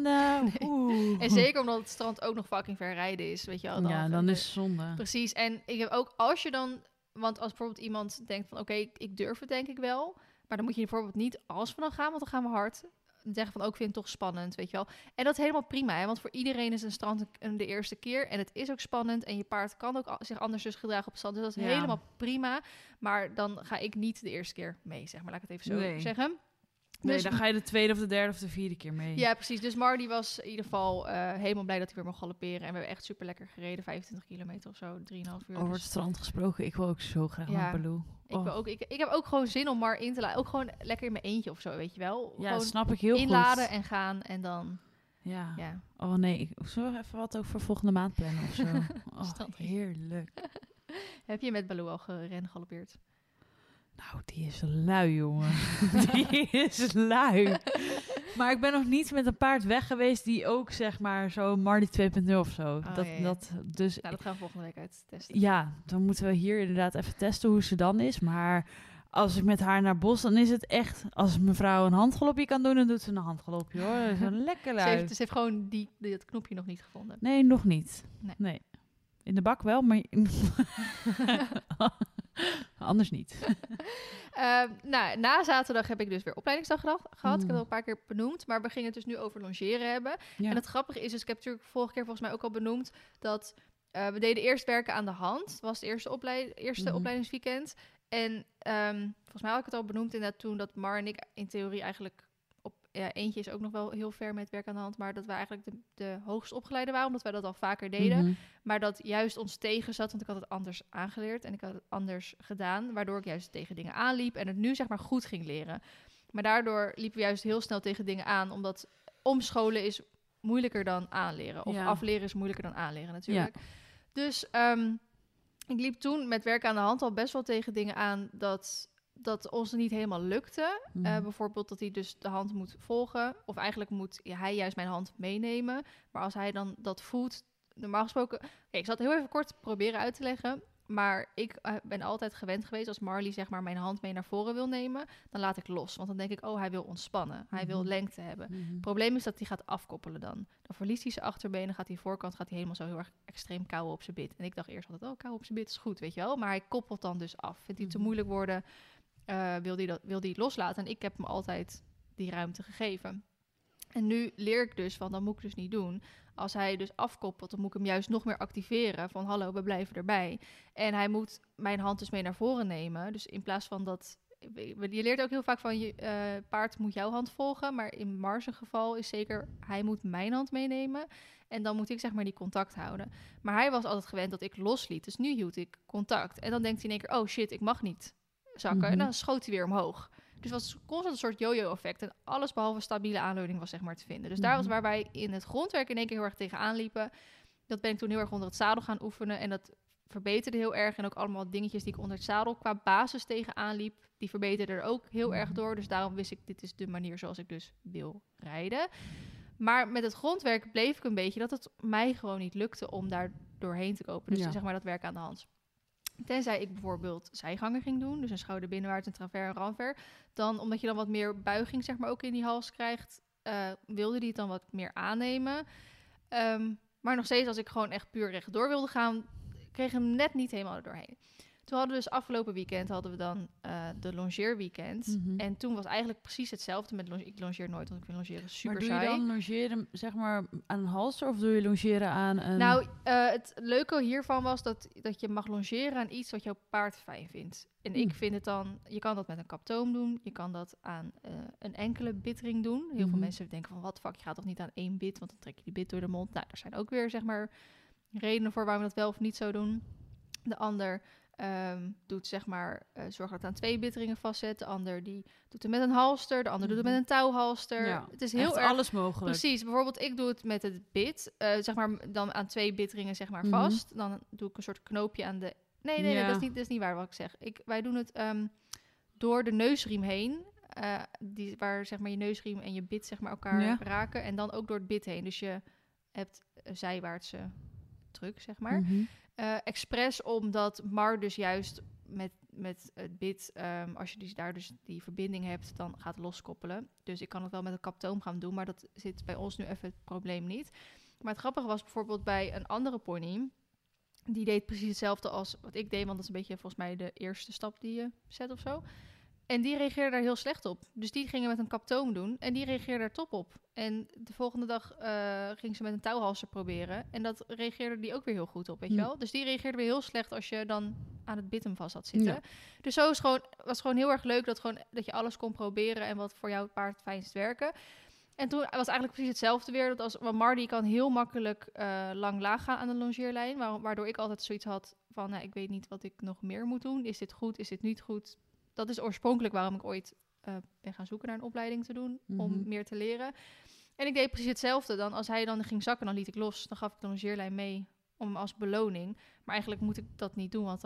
A: Nee. En zeker omdat het strand ook nog fucking ver rijden is, weet je wel.
B: Dan is het zonde.
A: Precies. En ik heb ook, als je dan... Want als bijvoorbeeld iemand denkt van... Oké, ik durf het denk ik wel. Maar dan moet je bijvoorbeeld niet als we dan gaan, want dan gaan we hard. Dan zeggen van, ook vind het toch spannend, weet je wel. En dat is helemaal prima, hè. Want voor iedereen is een strand de eerste keer. En het is ook spannend. En je paard kan ook zich anders dus gedragen op het strand. Dus dat is helemaal prima. Maar dan ga ik niet de eerste keer mee, zeg maar. Laat ik het even zo zeggen.
B: Nee,
A: Dus,
B: dan ga je de tweede of de derde of de vierde keer mee.
A: Ja, precies. Dus Marty was in ieder geval helemaal blij dat hij weer mocht galopperen. En we hebben echt super lekker gereden. 25 kilometer of zo, 3,5 uur.
B: Over het strand gesproken, ik wil ook zo graag naar Baloo.
A: Ik heb ook gewoon zin om Mar in te laden. Ook gewoon lekker in mijn eentje of zo, weet je wel.
B: Ja,
A: gewoon
B: dat snap ik heel
A: inladen
B: goed.
A: en gaan en dan...
B: Ja. Oh nee, zullen we even wat over volgende maand plannen of zo? Heerlijk.
A: Heb je met Baloo al gegaloppeerd?
B: Nou, die is lui, jongen. Die is lui. Maar ik ben nog niet met een paard weg geweest die ook, zeg maar, zo Marley 2.0 of zo. Dus
A: dat gaan we volgende week uit testen.
B: Ja, dan moeten we hier inderdaad even testen hoe ze dan is. Maar als ik met haar naar bos, dan is het echt... Als mevrouw een handgelopje kan doen, dan doet ze een handgelopje, hoor. Dat is een lekker lui.
A: Ze heeft gewoon dat knopje nog niet gevonden.
B: Nee, nog niet. Nee. In de bak wel, maar... Anders niet.
A: Na zaterdag heb ik dus weer opleidingsdag gehad. Ik heb het al een paar keer benoemd. Maar we gingen het dus nu over longeren hebben. Ja. En het grappige is, dus ik heb natuurlijk vorige keer volgens mij ook al benoemd... dat we deden eerst werken aan de hand. Dat was het eerste opleidingsweekend. En volgens mij had ik het al benoemd inderdaad toen... dat Mar en ik in theorie eigenlijk... eentje is ook nog wel heel ver met werk aan de hand... maar dat we eigenlijk de hoogst opgeleide waren... omdat wij dat al vaker deden. Maar dat juist ons tegen zat... want ik had het anders aangeleerd... en ik had het anders gedaan... waardoor ik juist tegen dingen aanliep... en het nu zeg maar goed ging leren. Maar daardoor liepen we juist heel snel tegen dingen aan... omdat omscholen is moeilijker dan aanleren. Of afleren is moeilijker dan aanleren natuurlijk. Ja. Dus ik liep toen met werk aan de hand... al best wel tegen dingen aan... dat ons niet helemaal lukte. Bijvoorbeeld dat hij dus de hand moet volgen. Of eigenlijk moet hij juist mijn hand meenemen. Maar als hij dan dat voelt... Normaal gesproken... ik zal het heel even kort proberen uit te leggen. Maar ik ben altijd gewend geweest... als Marley zeg maar mijn hand mee naar voren wil nemen... dan laat ik los. Want dan denk ik, hij wil ontspannen. Hij wil lengte hebben. Het probleem is dat hij gaat afkoppelen dan. Dan verliest hij zijn achterbenen, gaat hij voorkant... gaat hij helemaal zo heel erg extreem kauwen op zijn bit. En ik dacht eerst altijd, kauwen op zijn bit is goed, weet je wel. Maar hij koppelt dan dus af. Vindt hij het te moeilijk worden... wil die het loslaten. En ik heb hem altijd die ruimte gegeven. En nu leer ik dus van, dan moet ik dus niet doen. Als hij dus afkoppelt, dan moet ik hem juist nog meer activeren. Van hallo, we blijven erbij. En hij moet mijn hand dus mee naar voren nemen. Dus in plaats van dat... Je leert ook heel vaak van, je paard moet jouw hand volgen. Maar in Mar's geval is zeker, hij moet mijn hand meenemen. En dan moet ik zeg maar die contact houden. Maar hij was altijd gewend dat ik losliet. Dus nu hield ik contact. En dan denkt hij in één keer, oh shit, ik mag niet zakken. En dan schoot hij weer omhoog. Dus het was constant een soort yo-yo-effect. En alles behalve stabiele aanleuning was zeg maar te vinden. Dus daar was waar wij in het grondwerk in één keer heel erg tegenaan liepen. Dat ben ik toen heel erg onder het zadel gaan oefenen. En dat verbeterde heel erg. En ook allemaal dingetjes die ik onder het zadel qua basis tegenaan liep. Die verbeterden er ook heel erg door. Dus daarom wist ik, dit is de manier zoals ik dus wil rijden. Maar met het grondwerk bleef ik een beetje dat het mij gewoon niet lukte om daar doorheen te kopen. Dus zeg maar dat werk aan de hand. Tenzij ik bijvoorbeeld zijgangen ging doen, dus een schouder binnenwaarts, een travers en ranver, dan, omdat je dan wat meer buiging zeg maar ook in die hals krijgt, wilde die het dan wat meer aannemen. Maar nog steeds, als ik gewoon echt puur rechtdoor wilde gaan, kreeg hem net niet helemaal er doorheen. Toen hadden we dus afgelopen weekend hadden we dan de longeerweekend. En toen was eigenlijk precies hetzelfde met ik longeer nooit, want ik vind longeren super saai.
B: Maar doe je dan longeren zeg maar aan een halster of doe je longeren aan een...
A: Nou, het leuke hiervan was dat je mag longeren aan iets wat jouw paard fijn vindt. En ik vind het dan, je kan dat met een kaptoom doen, je kan dat aan een enkele bitring doen. Heel veel mensen denken van, wat fuck, je gaat toch niet aan 1 bit, want dan trek je die bit door de mond. Nou, er zijn ook weer, zeg maar, redenen voor waarom we dat wel of niet zo doen. De ander doet, zeg maar, zorg dat het aan 2 bitteringen vastzet. De ander die doet het met een halster, de ander doet het met een touwhalster.
B: Ja,
A: het is heel erg
B: alles mogelijk.
A: Precies, bijvoorbeeld ik doe het met het bit, zeg maar dan aan 2 bitteringen, zeg maar, vast. Dan doe ik een soort knoopje aan de... Nee, dat is niet waar wat ik zeg. Wij doen het door de neusriem heen, waar, zeg maar, je neusriem en je bit, zeg maar, elkaar raken. En dan ook door het bit heen. Dus je hebt een zijwaartse druk, zeg maar. Expres omdat Mar dus juist met het bit, als je daar dus die verbinding hebt, dan gaat het loskoppelen. Dus ik kan het wel met een kaptoom gaan doen, maar dat zit bij ons nu even het probleem niet. Maar het grappige was bijvoorbeeld bij een andere pony, die deed precies hetzelfde als wat ik deed, want dat is een beetje volgens mij de eerste stap die je zet of zo. En die reageerde daar heel slecht op. Dus die gingen met een kaptoom doen en die reageerde daar top op. En de volgende dag ging ze met een touwhalster proberen. En dat reageerde die ook weer heel goed op, weet je wel. Dus die reageerde weer heel slecht als je dan aan het bit hem vast had zitten. Ja. Dus zo was gewoon heel erg leuk dat je alles kon proberen en wat voor jouw paard het fijnst werken. En toen was eigenlijk precies hetzelfde weer. Want Mardi kan heel makkelijk lang-laag gaan aan de longeerlijn. Waardoor ik altijd zoiets had van, nou, ik weet niet wat ik nog meer moet doen. Is dit goed? Is dit niet goed? Dat is oorspronkelijk waarom ik ooit ben gaan zoeken naar een opleiding te doen. Om meer te leren. En ik deed precies hetzelfde. Dan als hij dan ging zakken, dan liet ik los. Dan gaf ik de longeerlijn mee als beloning. Maar eigenlijk moet ik dat niet doen. Want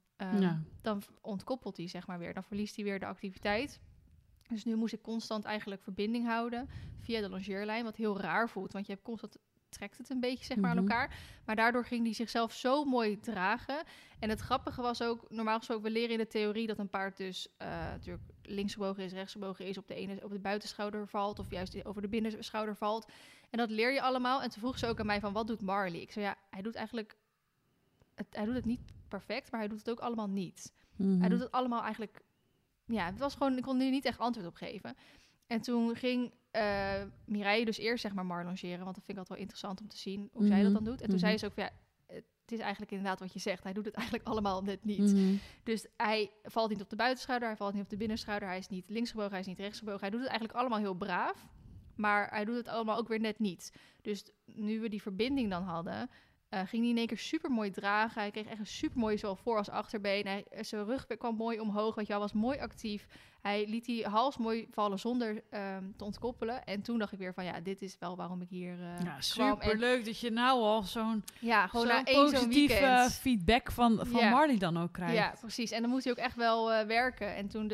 A: dan ontkoppelt hij, zeg maar, weer. Dan verliest hij weer de activiteit. Dus nu moest ik constant eigenlijk verbinding houden via de longeerlijn, wat heel raar voelt, want je hebt constant trekt het een beetje, zeg maar, aan elkaar. Maar daardoor ging die zichzelf zo mooi dragen. En het grappige was ook, normaal gesproken, we leren in de theorie dat een paard dus natuurlijk linksgebogen is, rechtsgebogen is, op de buitenschouder valt of juist over de binnenschouder valt. En dat leer je allemaal. En toen vroeg ze ook aan mij van, wat doet Marley? Ik zei, ja, hij doet eigenlijk, hij doet het niet perfect, maar hij doet het ook allemaal niet. Hij doet het allemaal eigenlijk... Ja, het was gewoon, ik kon er niet echt antwoord op geven. En toen ging Mireille dus eerst, zeg maar, Mar longeren, want dat vind ik altijd wel interessant om te zien hoe zij dat dan doet. En toen zei ze ook van, ja, het is eigenlijk inderdaad wat je zegt. Hij doet het eigenlijk allemaal net niet. Dus hij valt niet op de buitenschouder, hij valt niet op de binnenschouder, hij is niet linksgebogen, hij is niet rechtsgebogen. Hij doet het eigenlijk allemaal heel braaf, maar hij doet het allemaal ook weer net niet. Dus nu we die verbinding dan hadden, ging hij in één keer super mooi dragen. Hij kreeg echt een super mooie zowel voor- als achterbeen. Zijn rug kwam mooi omhoog, weet je wel, was mooi actief. Hij liet die hals mooi vallen zonder te ontkoppelen. En toen dacht ik weer van, ja, dit is wel waarom ik hier kwam.
B: Super leuk dat je nou al zo'n
A: positieve
B: feedback van Marley dan ook krijgt.
A: Ja, precies. En dan moest hij ook echt wel werken. En toen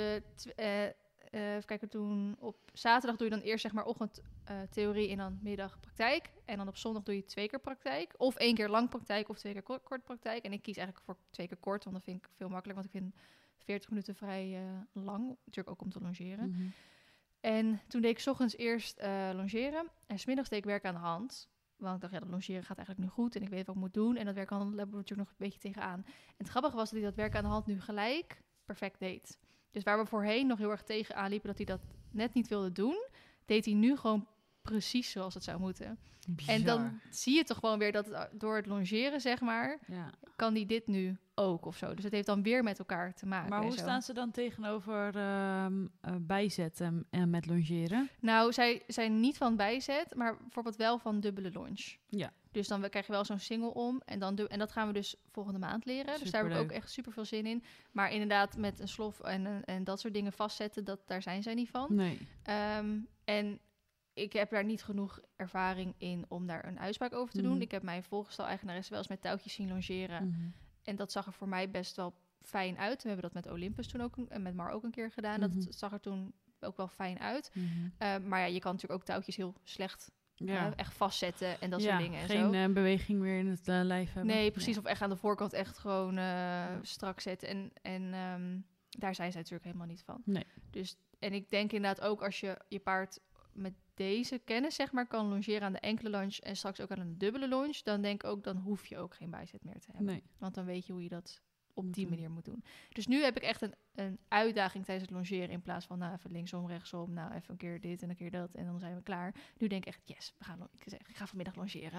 A: even kijken, toen op zaterdag doe je dan eerst, zeg maar, ochtend theorie en dan middag praktijk. En dan op zondag doe je 2 keer praktijk. Of 1 keer lang praktijk of 2 keer kort praktijk. En ik kies eigenlijk voor 2 keer kort, want dat vind ik veel makkelijker. Want ik vind 40 minuten vrij lang. Natuurlijk ook om te longeren. En toen deed ik 's ochtends eerst longeren. En 's middags deed ik werk aan de hand. Want ik dacht, ja, dat longeren gaat eigenlijk nu goed. En ik weet wat ik moet doen. En dat werk aan de hand hebben we natuurlijk nog een beetje tegenaan. En het grappige was dat hij dat werk aan de hand nu gelijk perfect deed. Dus waar we voorheen nog heel erg tegenaan liepen dat hij dat net niet wilde doen, deed hij nu gewoon precies zoals het zou moeten. Bizar. En dan zie je toch gewoon weer dat door het longeren, zeg maar, kan hij dit nu ook of zo. Dus het heeft dan weer met elkaar te maken.
B: Maar hoe staan ze dan tegenover bijzetten en met longeren?
A: Nou, zij zijn niet van bijzet, maar bijvoorbeeld wel van dubbele longe.
B: Ja.
A: Dus dan krijg je wel zo'n single om. En dat gaan we dus volgende maand leren. Superleuk. Dus daar heb ik ook echt super veel zin in. Maar inderdaad, met een slof en dat soort dingen vastzetten, daar zijn zij niet van.
B: Nee.
A: En ik heb daar niet genoeg ervaring in om daar een uitspraak over te doen. Ik heb mijn volgestal-eigenaresse wel eens met touwtjes zien longeren. En dat zag er voor mij best wel fijn uit. We hebben dat met Olympus toen ook en met Mar ook een keer gedaan. Dat zag er toen ook wel fijn uit. Maar ja, je kan natuurlijk ook touwtjes heel slecht echt vastzetten en dat soort dingen. En
B: geen beweging meer in het lijf hebben.
A: Nee, precies. Of echt aan de voorkant echt gewoon strak zetten. En daar zijn zij natuurlijk helemaal niet van.
B: Nee.
A: Dus, en ik denk inderdaad ook als je paard met deze kennis, zeg maar, kan longeren aan de enkele lunge en straks ook aan een dubbele lunge, dan denk ik ook, dan hoef je ook geen bijzet meer te hebben.
B: Nee.
A: Want dan weet je hoe je dat op die manier moet doen. Dus nu heb ik echt een uitdaging tijdens het longeren in plaats van even linksom, rechtsom, even een keer dit en een keer dat en dan zijn we klaar. Nu denk ik echt, yes, ik ga vanmiddag longeren.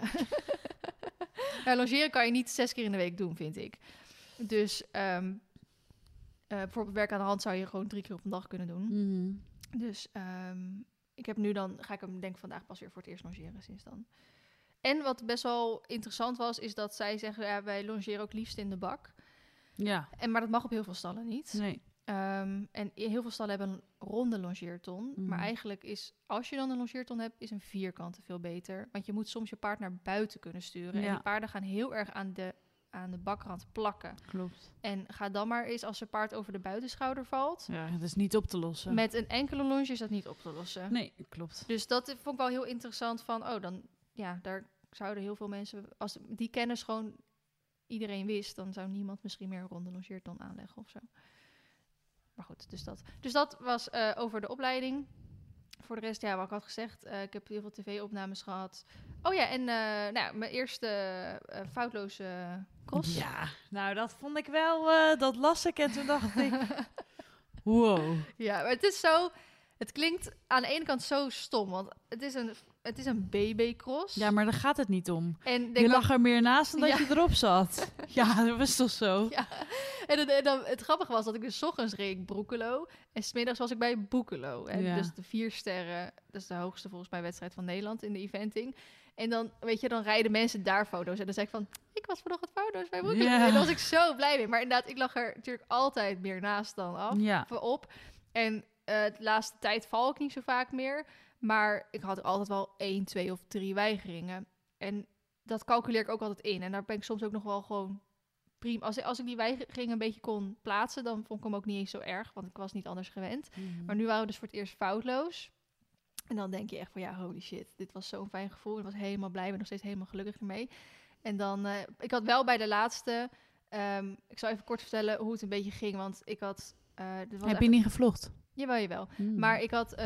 A: Maar longeren kan je niet 6 keer in de week doen, vind ik. Dus bijvoorbeeld werk aan de hand zou je gewoon 3 keer op een dag kunnen doen.
B: Mm-hmm.
A: Dus ik heb nu ga ik hem denk ik vandaag pas weer voor het eerst longeren sinds dan. En wat best wel interessant was, is dat zij zeggen, wij longeren ook liefst in de bak.
B: Ja.
A: Maar dat mag op heel veel stallen niet.
B: Nee.
A: En heel veel stallen hebben een ronde longeerton. Maar eigenlijk is, als je dan een longeerton hebt, is een vierkante veel beter. Want je moet soms je paard naar buiten kunnen sturen. Ja. En die paarden gaan heel erg aan de bakrand plakken.
B: Klopt.
A: En ga dan maar eens als je paard over de buitenschouder valt.
B: Ja, dat is niet op te lossen.
A: Met een enkele longe is dat niet op te lossen.
B: Nee, klopt.
A: Dus dat vond ik wel heel interessant van, daar zouden heel veel mensen, als die kennis gewoon iedereen wist, dan zou niemand misschien meer een ronde longeerton aanleggen of zo. Maar goed, dus dat was over de opleiding. Voor de rest, wat ik had gezegd, ik heb heel veel tv-opnames gehad. Oh ja, en mijn eerste foutloze cross.
B: Ja, nou dat vond ik wel, dat las ik en toen dacht ik, wow.
A: Ja, maar het klinkt aan de ene kant zo stom, want het is een BB-cross.
B: Ja, maar daar gaat het niet om.
A: En
B: je lag er meer naast dan dat je erop zat. Ja, dat was toch zo?
A: Ja. En dan, het grappige was dat ik dus 's ochtends reed ik Broekelo en 's middags was ik bij Boekelo. Ja. Dus de 4 sterren, dat is de hoogste volgens mij wedstrijd van Nederland in de eventing. En dan, dan rijden mensen daar foto's. En dan zei ik van, ik was vanochtend foto's bij Broekelo. Ja. En daar was ik zo blij mee. Maar inderdaad, ik lag er natuurlijk altijd meer naast dan op. En de laatste tijd val ik niet zo vaak meer. Maar ik had altijd wel 1, 2 of 3 weigeringen. En dat calculeer ik ook altijd in. En daar ben ik soms ook nog wel gewoon prima. Als ik die weigeringen een beetje kon plaatsen, dan vond ik hem ook niet eens zo erg. Want ik was niet anders gewend. Mm-hmm. Maar nu waren we dus voor het eerst foutloos. En dan denk je echt van, holy shit. Dit was zo'n fijn gevoel. Ik was helemaal blij. Ik ben nog steeds helemaal gelukkig ermee. En dan, ik had wel bij de laatste... ik zal even kort vertellen hoe het een beetje ging. Want ik had...
B: Heb je niet gevlogd?
A: Jawel. Maar ik had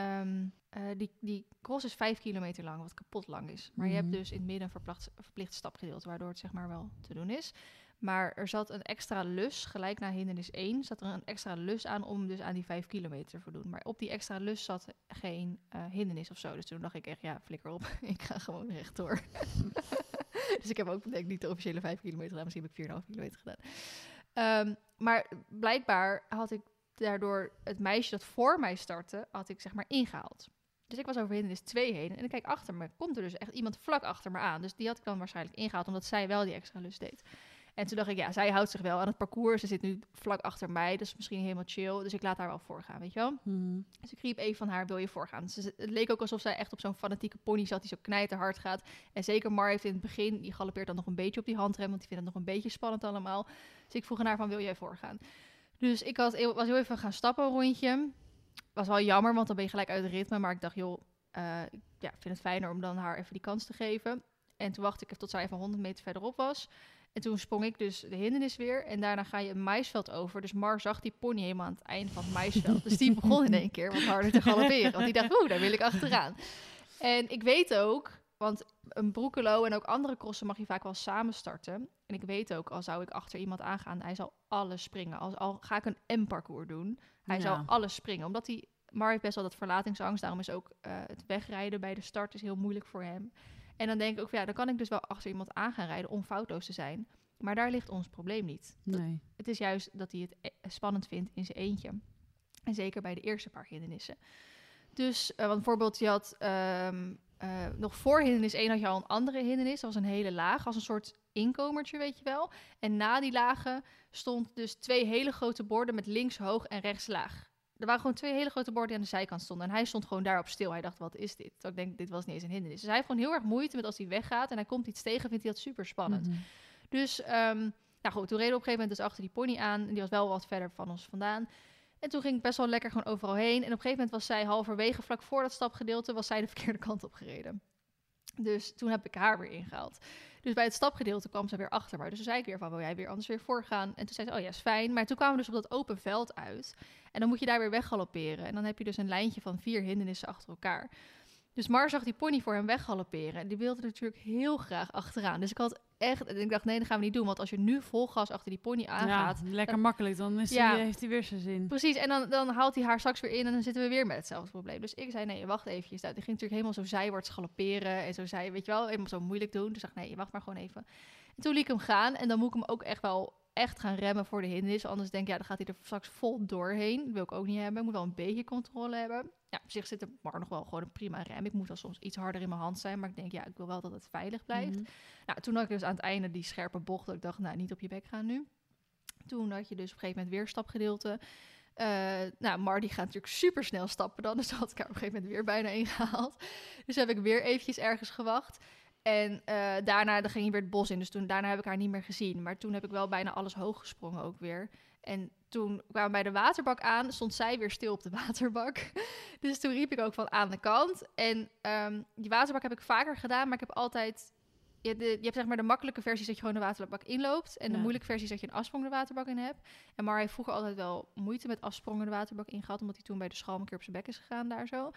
A: die cross is 5 kilometer lang, wat kapot lang is. Maar je hebt dus in het midden een verplicht stapgedeelte, waardoor het zeg maar wel te doen is. Maar er zat een extra lus, gelijk na hindernis 1, zat er een extra lus aan om dus aan die 5 kilometer te voldoen. Maar op die extra lus zat geen hindernis of zo. Dus toen dacht ik echt, flikker op, ik ga gewoon rechtdoor. Dus ik heb ook denk ik niet de officiële 5 kilometer gedaan, misschien heb ik 4,5 kilometer gedaan. Maar blijkbaar had ik daardoor het meisje dat voor mij startte, had ik zeg maar ingehaald. Dus ik was over hindernis 2 heen en ik kijk achter me, komt er dus echt iemand vlak achter me aan. Dus die had ik dan waarschijnlijk ingehaald, omdat zij wel die extra lus deed. En toen dacht ik, zij houdt zich wel aan het parcours. Ze zit nu vlak achter mij, dus misschien helemaal chill. Dus ik laat haar wel voorgaan, weet je wel. Mm-hmm. Dus ik riep even van haar, wil je voorgaan? Dus het leek ook alsof zij echt op zo'n fanatieke pony zat die zo knijterhard gaat. En zeker Mar heeft in het begin, die galoppeert dan nog een beetje op die handrem, want die vindt het nog een beetje spannend allemaal. Dus ik vroeg aan haar van, wil jij voorgaan? Dus ik was heel even gaan stappen een rondje. Was wel jammer, want dan ben je gelijk uit het ritme. Maar ik dacht, ik vind het fijner om dan haar even die kans te geven. En toen wachtte ik tot zij even 100 meter verderop was. En toen sprong ik dus de hindernis weer. En daarna ga je een maisveld over. Dus Mar zag die pony helemaal aan het eind van het maisveld. Dus die begon in één keer wat harder te galopperen. Want die dacht, daar wil ik achteraan. En ik weet ook, want een Broekelo en ook andere crossen mag je vaak wel samen starten. En ik weet ook, al zou ik achter iemand aangaan, hij zal alles springen. Al ga ik een M-parcours doen, hij zal alles springen. Omdat Mar heeft best wel dat verlatingsangst. Daarom is ook het wegrijden bij de start is heel moeilijk voor hem. En dan denk ik ook, dan kan ik dus wel achter iemand aan gaan rijden om foutloos te zijn. Maar daar ligt ons probleem niet.
B: Nee.
A: Het is juist dat hij het spannend vindt in zijn eentje. En zeker bij de eerste paar hindernissen. Dus, want bijvoorbeeld, je had nog voor hindernis 1 had je al een andere hindernis. Dat was een hele laag, als een soort inkomertje, weet je wel. En na die lage stond dus 2 hele grote borden met links hoog en rechts laag. Er waren gewoon 2 hele grote borden die aan de zijkant stonden. En hij stond gewoon daarop stil. Hij dacht, wat is dit? Dus ik denk, dit was niet eens een hindernis. Dus hij heeft gewoon heel erg moeite met als hij weggaat en hij komt iets tegen, vindt hij dat super spannend. Mm-hmm. Dus, goed, toen reden we op een gegeven moment dus achter die pony aan. En die was wel wat verder van ons vandaan. En toen ging ik best wel lekker gewoon overal heen. En op een gegeven moment was zij halverwege, vlak voor dat stapgedeelte, was zij de verkeerde kant op gereden. Dus toen heb ik haar weer ingehaald. Dus bij het stapgedeelte kwam ze weer achter me. Dus toen zei ik weer van, wil jij weer anders weer voorgaan? En toen zei ze, oh ja, is fijn. Maar toen kwamen we dus op dat open veld uit. En dan moet je daar weer weggalopperen. En dan heb je dus een lijntje van 4 hindernissen achter elkaar. Dus Mar zag die pony voor hem weggalopperen. En die wilde natuurlijk heel graag achteraan. Dus ik had echt... En ik dacht, nee, dat gaan we niet doen. Want als je nu vol gas achter die pony aangaat...
B: Ja, lekker makkelijk. Dan is heeft hij weer zijn zin.
A: Precies. En dan haalt hij haar straks weer in... en dan zitten we weer met hetzelfde probleem. Dus ik zei, nee, wacht eventjes. Die ging natuurlijk helemaal zo zijwaarts galopperen. En zo weet je wel, helemaal zo moeilijk doen. Dus ik dacht, nee, wacht maar gewoon even. En toen liet ik hem gaan. En dan moet ik hem ook echt gaan remmen voor de hindernis. Anders denk ik, dan gaat hij er straks vol doorheen. Dat wil ik ook niet hebben. Ik moet wel een beetje controle hebben. Ja, op zich zit er maar nog wel gewoon een prima rem. Ik moet wel soms iets harder in mijn hand zijn. Maar ik denk, ik wil wel dat het veilig blijft.
B: Mm-hmm.
A: Nou, toen had ik dus aan het einde die scherpe bocht. Dat ik dacht, nou, niet op je bek gaan nu. Toen had je dus op een gegeven moment weer stapgedeelte. Mar die gaat natuurlijk super snel stappen dan. Dus had ik haar op een gegeven moment weer bijna ingehaald. Dus heb ik weer eventjes ergens gewacht. En daarna ging hij weer het bos in. Dus daarna heb ik haar niet meer gezien. Maar toen heb ik wel bijna alles hoog gesprongen ook weer. En toen kwamen we bij de waterbak aan. Stond zij weer stil op de waterbak. Dus toen riep ik ook van aan de kant. En die waterbak heb ik vaker gedaan. Maar ik heb altijd... Je hebt zeg maar de makkelijke versies dat je gewoon de waterbak inloopt. En de moeilijke versies dat je een afsprong de waterbak in hebt. En Mar heeft vroeger altijd wel moeite met afsprongen de waterbak in gehad. Omdat hij toen bij de schalm een keer op zijn bek is gegaan daar zo.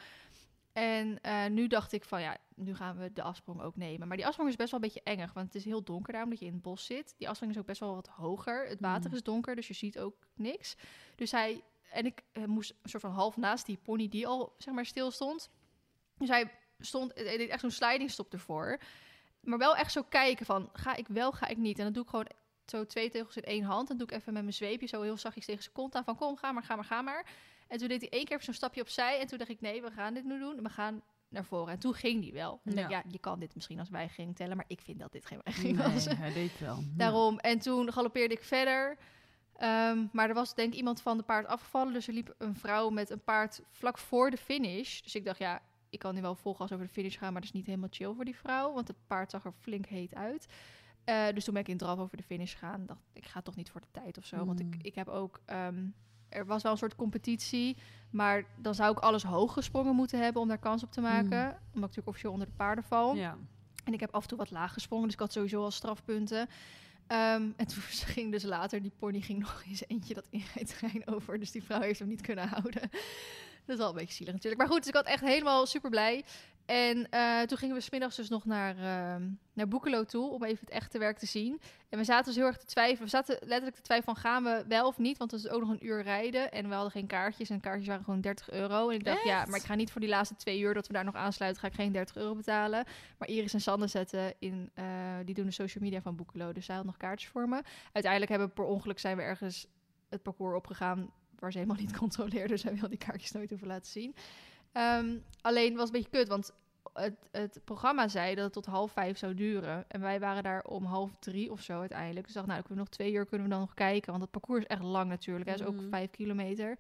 A: En nu dacht ik van nu gaan we de afsprong ook nemen. Maar die afsprong is best wel een beetje engig, want het is heel donker daar, omdat je in het bos zit. Die afsprong is ook best wel wat hoger. Het water is donker, dus je ziet ook niks. Dus ik moest een soort van half naast die pony die al zeg maar stil stond. Dus hij deed echt zo'n slidingstop ervoor. Maar wel echt zo kijken van, ga ik wel, ga ik niet? En dan doe ik gewoon zo 2 teugels in 1 hand. En doe ik even met mijn zweepje zo heel zachtjes tegen zijn kont aan van, kom, ga maar. En toen deed hij 1 keer even zo'n stapje opzij. En toen dacht ik, nee, we gaan dit nu doen. We gaan naar voren. En toen ging die wel. En dacht, je kan dit misschien als weigering tellen. Maar ik vind dat dit geen weigering was.
B: Nee, hij deed wel.
A: Daarom. En toen galoppeerde ik verder. Maar er was denk ik iemand van de paard afgevallen. Dus er liep een vrouw met een paard vlak voor de finish. Dus ik dacht, ik kan nu wel vol gas over de finish gaan. Maar dat is niet helemaal chill voor die vrouw. Want het paard zag er flink heet uit. Dus toen ben ik in draf over de finish gegaan. Dacht, ik ga toch niet voor de tijd of zo. Want ik heb ook... er was wel een soort competitie, maar dan zou ik alles hoog gesprongen moeten hebben om daar kans op te maken. Omdat ik natuurlijk officieel onder de paarden val.
B: Ja.
A: En ik heb af en toe wat laag gesprongen, dus ik had sowieso al strafpunten. En toen ging dus later, die pony ging nog eens eentje dat inrijterrein over. Dus die vrouw heeft hem niet kunnen houden. Dat is wel een beetje zielig natuurlijk. Maar goed, dus ik was echt helemaal super blij. En toen gingen we 's middags dus nog naar Boekelo toe om even het echte werk te zien. En we zaten dus heel erg te twijfelen. We zaten letterlijk te twijfelen van, gaan we wel of niet? Want het is ook nog een uur rijden en we hadden geen kaartjes. En kaartjes waren gewoon €30. En ik dacht, maar ik ga niet voor die laatste 2 uur dat we daar nog aansluiten, ga ik geen €30 betalen. Maar Iris en Sander zetten die doen de social media van Boekelo. Dus zij had nog kaartjes voor me. Uiteindelijk per ongeluk zijn we ergens het parcours opgegaan waar ze helemaal niet controleerden. Dus zij wil die kaartjes nooit hoeven laten zien. Alleen was een beetje kut, want het programma zei dat het tot 2:30 zou duren. En wij waren daar om 2:30 of zo uiteindelijk. Dus ik dacht, dan kunnen we nog 2 uur kunnen we dan nog kijken. Want het parcours is echt lang natuurlijk. Het is ook 5 kilometer.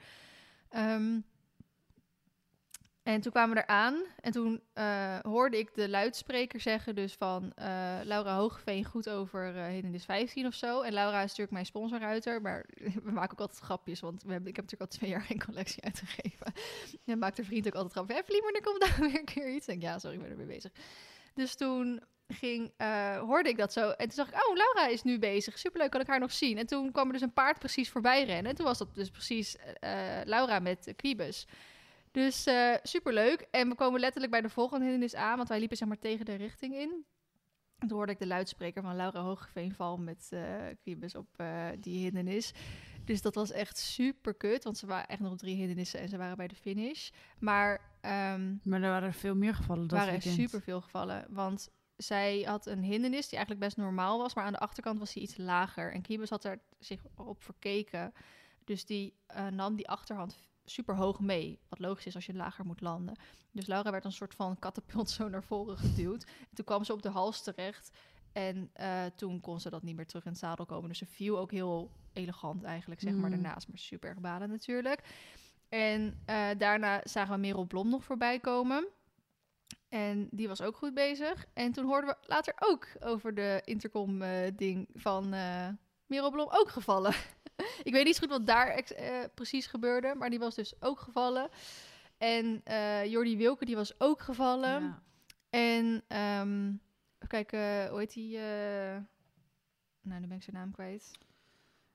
A: En toen kwamen we eraan. En toen hoorde ik de luidspreker zeggen dus van Laura Hoogeveen goed over hindernis 15 of zo. En Laura is natuurlijk mijn sponsorruiter. Maar we maken ook altijd grapjes, want ik heb natuurlijk al 2 jaar geen collectie uitgegeven. En maakt de vriend ook altijd grapjes. Evelien, wanneer komt daar weer een keer iets? En ik denk, sorry, ik ben er weer bezig. Dus toen hoorde ik dat zo. En toen zag ik, Laura is nu bezig. Superleuk, kan ik haar nog zien. En toen kwam er dus een paard precies voorbij rennen. En toen was dat dus precies Laura met Quibus. Dus superleuk. En we komen letterlijk bij de volgende hindernis aan, want wij liepen zeg maar tegen de richting in. En toen hoorde ik de luidspreker van Laura Hoogeveen vallen met Quibus op die hindernis. Dus dat was echt super kut, want ze waren echt nog op 3 hindernissen en ze waren bij de finish. Maar er
B: waren veel meer gevallen dat weekend.
A: Er waren super veel gevallen, want zij had een hindernis die eigenlijk best normaal was, maar aan de achterkant was die iets lager. En Quibus had er zich op verkeken, dus die nam die achterhand super hoog mee. Wat logisch is als je lager moet landen. Dus Laura werd een soort van katapult zo naar voren geduwd. En toen kwam ze op de hals terecht. En toen kon ze dat niet meer terug in het zadel komen. Dus ze viel ook heel elegant eigenlijk, zeg maar, daarnaast. Maar super erg baden natuurlijk. En daarna zagen we Merel Blom nog voorbij komen. En die was ook goed bezig. En toen hoorden we later ook over de intercom ding van Merel Blom ook gevallen. Ik weet niet zo goed wat daar precies gebeurde, maar die was dus ook gevallen. En Jordi Wilke, die was ook gevallen. Ja. En even kijken, hoe heet die? Nou, nu ben ik zijn naam kwijt.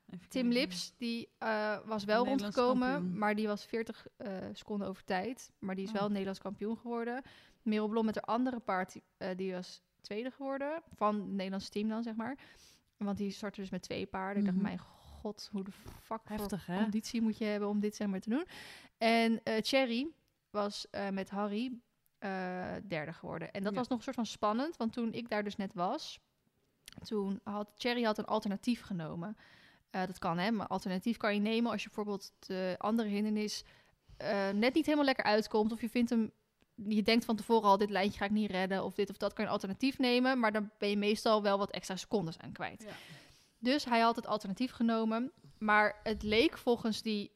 A: Tim Lips, die was wel rondgekomen, maar die was 40 seconden over tijd. Maar die is wel Nederlands kampioen geworden. Merel Blom met haar andere paard, die was tweede geworden. Van het Nederlandse team dan, zeg maar. Want die startte dus met 2 paarden. Ik dacht, mijn god, hoe de fuck
B: heftig,
A: voor conditie moet je hebben om dit zeg maar te doen. En Thierry was met Harry derde geworden. En dat was nog een soort van spannend, want toen ik daar dus net was, toen had Thierry een alternatief genomen. Dat kan, hè? Maar alternatief kan je nemen als je bijvoorbeeld de andere hindernis net niet helemaal lekker uitkomt. Of je vindt hem, je denkt van tevoren al, dit lijntje ga ik niet redden. Of dit of dat kan je een alternatief nemen. Maar dan ben je meestal wel wat extra secondes aan kwijt. Ja. Dus hij had het alternatief genomen. Maar het leek volgens die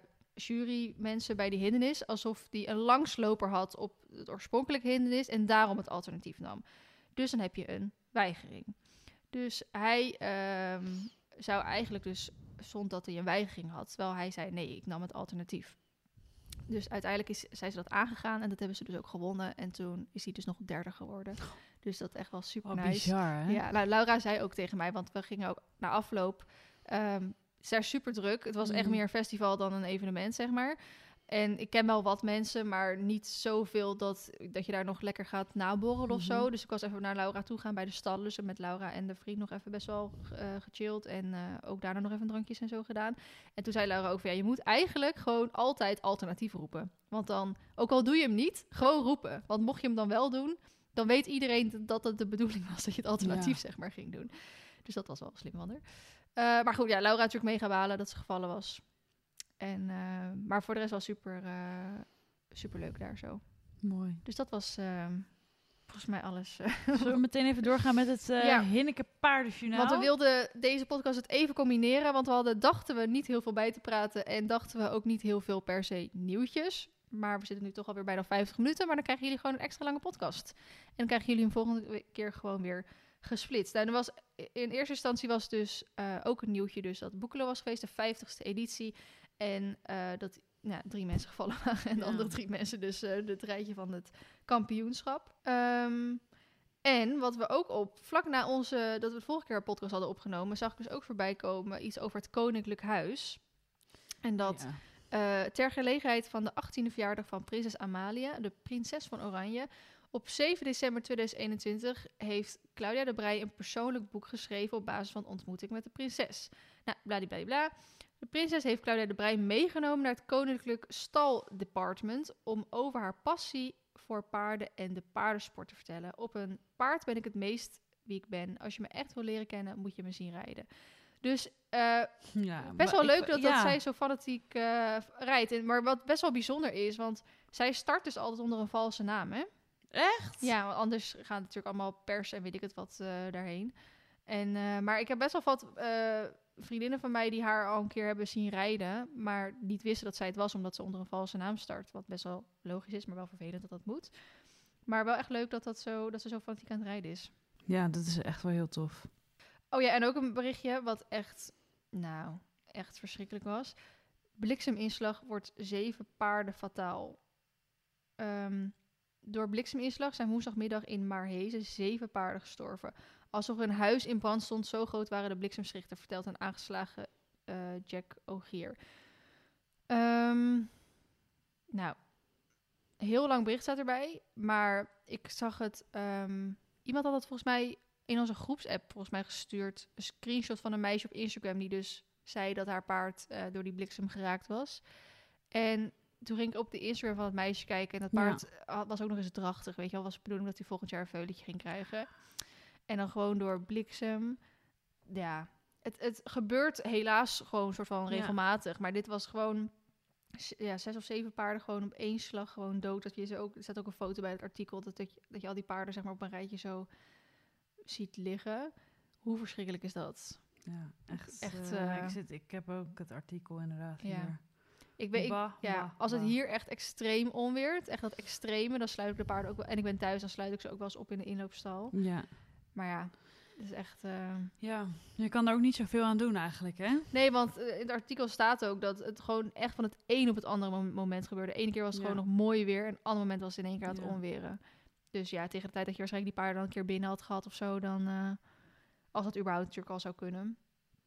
A: jurymensen bij die hindernis alsof die een langsloper had op het oorspronkelijke hindernis en daarom het alternatief nam. Dus dan heb je een weigering. Dus hij zou eigenlijk dus, stond dat hij een weigering had, terwijl hij zei nee, ik nam het alternatief. Dus uiteindelijk zijn ze dat aangegaan en dat hebben ze dus ook gewonnen. En toen is hij dus nog derde geworden. Dus dat echt wel super nice.
B: Bizar, hè?
A: Ja, nou, Laura zei ook tegen mij, want we gingen ook na afloop. Ze is super druk. Het was echt meer een festival dan een evenement, zeg maar. En ik ken wel wat mensen, maar niet zoveel dat je daar nog lekker gaat naborrelen of zo. Dus ik was even naar Laura toe gaan bij de stallen. Dus met Laura en de vriend nog even best wel gechilled. En ook daarna nog even drankjes en zo gedaan. En toen zei Laura ook van, ja, je moet eigenlijk gewoon altijd alternatief roepen. Want dan, ook al doe je hem niet, gewoon roepen. Want mocht je hem dan wel doen, dan weet iedereen dat het de bedoeling was dat je het alternatief zeg maar ging doen. Dus dat was wel slim van haar. Maar goed, ja, Laura had natuurlijk mee gaan balen dat ze gevallen was. En, maar voor de rest was super leuk daar zo.
B: Mooi.
A: Dus dat was volgens mij alles.
B: Zullen we meteen even doorgaan met het Hinneke Paardenjournaal?
A: Want we wilden deze podcast het even combineren. Want dachten we niet heel veel bij te praten. En dachten we ook niet heel veel per se nieuwtjes. Maar we zitten nu toch alweer bijna 50 minuten. Maar dan krijgen jullie gewoon een extra lange podcast. En dan krijgen jullie hem volgende keer gewoon weer gesplitst. Nou, in eerste instantie was dus ook een nieuwtje dus dat Boekelo was geweest. De 50ste editie. En dat 3 mensen gevallen waren. En de andere 3 mensen dus het rijtje van het kampioenschap. En wat we ook vlak na dat we de vorige keer een podcast hadden opgenomen, zag ik dus ook voorbij komen iets over het Koninklijk Huis. En dat ter gelegenheid van de 18e verjaardag van prinses Amalia, de prinses van Oranje, op 7 december 2021 heeft Claudia de Breij een persoonlijk boek geschreven op basis van ontmoeting met de prinses. Nou, bladibladibla. De prinses heeft Claudia de Breij meegenomen naar het Koninklijk Staldepartement om over haar passie voor paarden en de paardensport te vertellen. Op een paard ben ik het meest wie ik ben. Als je me echt wil leren kennen, moet je me zien rijden. Dus best wel leuk dat zij zo fanatiek rijdt. Maar wat best wel bijzonder is, want zij start dus altijd onder een valse naam, hè?
B: Echt?
A: Ja, want anders gaan natuurlijk allemaal pers en weet ik het wat daarheen. Maar ik heb best wel wat vriendinnen van mij die haar al een keer hebben zien rijden, maar niet wisten dat zij het was, omdat ze onder een valse naam start. Wat best wel logisch is, maar wel vervelend dat dat moet. Maar wel echt leuk dat ze zo fanatiek aan het rijden is.
B: Ja, dat is echt wel heel tof.
A: Oh ja, en ook een berichtje wat echt verschrikkelijk was. Blikseminslag wordt 7 paarden fataal. Door blikseminslag zijn woensdagmiddag in Maarhezen 7 paarden gestorven. Alsof er een huis in brand stond, zo groot waren de bliksemschichten, vertelt een aangeslagen Jack Ogier. Nou, heel lang bericht staat erbij, maar ik zag het. Iemand had het volgens mij in onze groepsapp gestuurd. Een screenshot van een meisje op Instagram die dus zei dat haar paard door die bliksem geraakt was. En toen ging ik op de Instagram van het meisje kijken en dat paard was ook nog eens drachtig, weet je wel. Was de bedoeling dat hij volgend jaar een veulentje ging krijgen. En dan gewoon door bliksem. Ja, het gebeurt helaas gewoon een soort van regelmatig. Maar dit was gewoon 6 of 7 paarden gewoon op één slag gewoon dood. Er staat ook een foto bij het artikel dat je al die paarden zeg maar op een rijtje zo ziet liggen. Hoe verschrikkelijk is dat?
B: Ja, echt. Ik heb ook het artikel inderdaad hier.
A: Ik weet, als het hier echt extreem onweert, echt dat extreme, dan sluit ik de paarden ook wel. En ik ben thuis, dan sluit ik ze ook wel eens op in de inloopstal.
B: Ja.
A: Maar ja, het is echt.
B: Ja, je kan daar ook niet zoveel aan doen eigenlijk, hè?
A: Nee, want in het artikel staat ook dat het gewoon echt van het een op het andere moment gebeurde. De ene keer was het gewoon nog mooi weer, en het andere moment was het in één keer aan het onweren. Dus ja, tegen de tijd dat je waarschijnlijk die paarden dan een keer binnen had gehad of zo, dan als dat überhaupt natuurlijk al zou kunnen.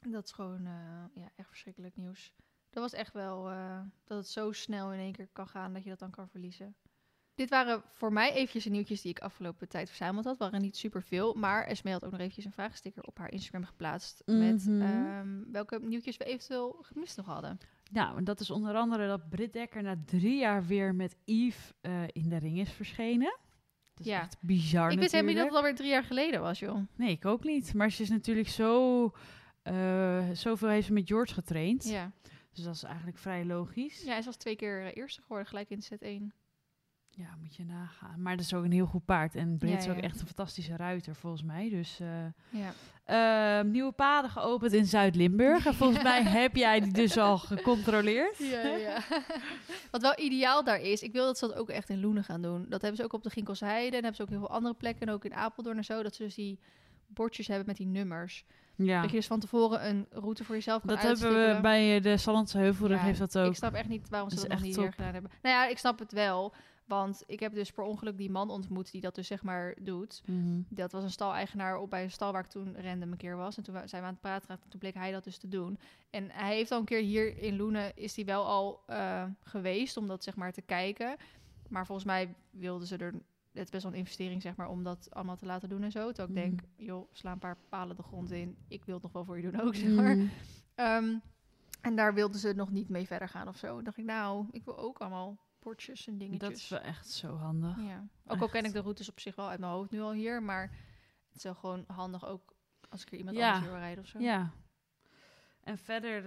A: Dat is gewoon echt verschrikkelijk nieuws. Dat was echt wel dat het zo snel in één keer kan gaan dat je dat dan kan verliezen. Dit waren voor mij eventjes de nieuwtjes die ik afgelopen tijd verzameld had. Waren niet superveel, maar Esmee had ook nog eventjes een vraagsticker op haar Instagram geplaatst. Met welke nieuwtjes we eventueel gemist nog hadden.
B: Nou, en dat is onder andere dat Britt Dekker na 3 jaar weer met Yves in de ring is verschenen. Dat is echt bizar.
A: Ik wist helemaal niet dat het alweer 3 jaar geleden was, joh.
B: Nee, ik ook niet. Maar ze is natuurlijk zoveel heeft ze met George getraind.
A: Ja.
B: Dus dat is eigenlijk vrij logisch.
A: Ja, hij was 2 keer eerste geworden, gelijk in set 1.
B: Ja, moet je nagaan. Maar dat is ook een heel goed paard. En Britt is ook echt een fantastische ruiter, volgens mij. Dus nieuwe paden geopend in Zuid-Limburg. En volgens mij heb jij die dus al gecontroleerd.
A: Ja. Wat wel ideaal daar is, ik wil dat ze dat ook echt in Loenen gaan doen. Dat hebben ze ook op de Ginkelsheide en hebben ze ook heel veel andere plekken. En ook in Apeldoorn en zo, dat ze dus die bordjes hebben met die nummers. Ja. Dat je dus van tevoren een route voor jezelf kan uitstippelen.
B: Dat hebben we bij de Sallandse Heuvelrug heeft dat ook.
A: Ik snap echt niet waarom ze dat nog niet hier gedaan hebben. Nou ja, ik snap het wel. Want ik heb dus per ongeluk die man ontmoet die dat dus zeg maar doet. Mm-hmm. Dat was een staleigenaar op bij een stal waar ik toen random een keer was. En toen zijn we aan het praten en toen bleek hij dat dus te doen. En hij heeft al een keer hier in Loenen, is hij wel al geweest om dat zeg maar te kijken. Maar volgens mij wilden ze er, het is best wel een investering zeg maar, om dat allemaal te laten doen en zo. Toen ik denk, joh, sla een paar palen de grond in. Ik wil het nog wel voor je doen ook, zeg maar. En daar wilden ze nog niet mee verder gaan of zo. Toen dacht ik, nou, ik wil ook allemaal bordjes en dingetjes.
B: Dat is wel echt zo handig.
A: Ja. Ook al ken ik de routes op zich wel uit mijn hoofd nu al hier, maar het is wel gewoon handig ook als ik er iemand anders wil rijden of zo.
B: Ja. En verder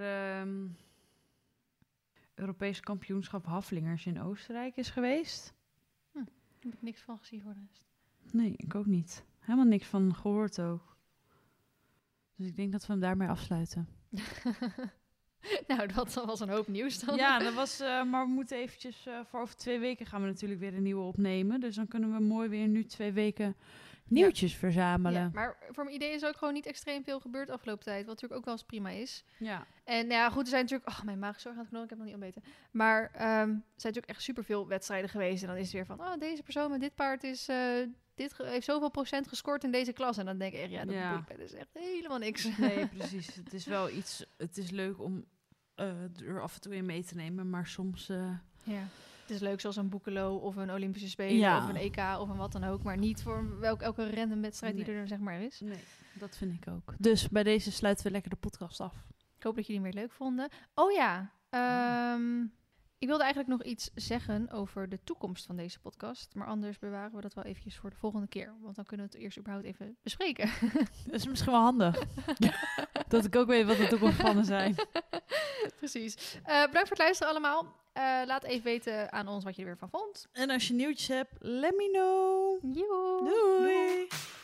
B: Europese kampioenschap Haflingers in Oostenrijk is geweest.
A: Daar heb ik niks van gezien voor de rest.
B: Nee, ik ook niet. Helemaal niks van gehoord ook. Dus ik denk dat we hem daarmee afsluiten.
A: Nou, dat was een hoop nieuws dan.
B: Ja, dat was, maar we moeten eventjes, voor over 2 weken gaan we natuurlijk weer een nieuwe opnemen. Dus dan kunnen we mooi weer nu 2 weken nieuwtjes verzamelen. Ja,
A: maar voor mijn idee is ook gewoon niet extreem veel gebeurd afgelopen tijd. Wat natuurlijk ook wel eens prima is.
B: Ja.
A: En ja, goed, er zijn natuurlijk... mijn maag is zo aan het knollen, ik heb nog niet ontbeten. Maar er zijn natuurlijk echt superveel wedstrijden geweest. En dan is het weer van, deze persoon met dit paard is... heeft zoveel procent gescoord in deze klas. En dan denk ik echt, dat boeit mij dus echt helemaal niks.
B: Nee, precies. Het is wel iets... Het is leuk om er af en toe in mee te nemen, maar soms...
A: Het is leuk zoals een Boekelo of een Olympische Spelen of een EK of een wat dan ook. Maar niet voor elke random wedstrijd die er zeg maar is.
B: Nee, dat vind ik ook. Dus bij deze sluiten we lekker de podcast af.
A: Ik hoop dat jullie hem weer leuk vonden. Oh ja, ik wilde eigenlijk nog iets zeggen over de toekomst van deze podcast. Maar anders bewaren we dat wel eventjes voor de volgende keer. Want dan kunnen we het eerst überhaupt even bespreken.
B: Dat is misschien wel handig. Dat ik ook weet wat de toekomstplannen zijn.
A: Precies. Bedankt voor het luisteren allemaal. Laat even weten aan ons wat je er weer van vond.
B: En als je nieuwtjes hebt, let me know.
A: Joe.
B: Doei.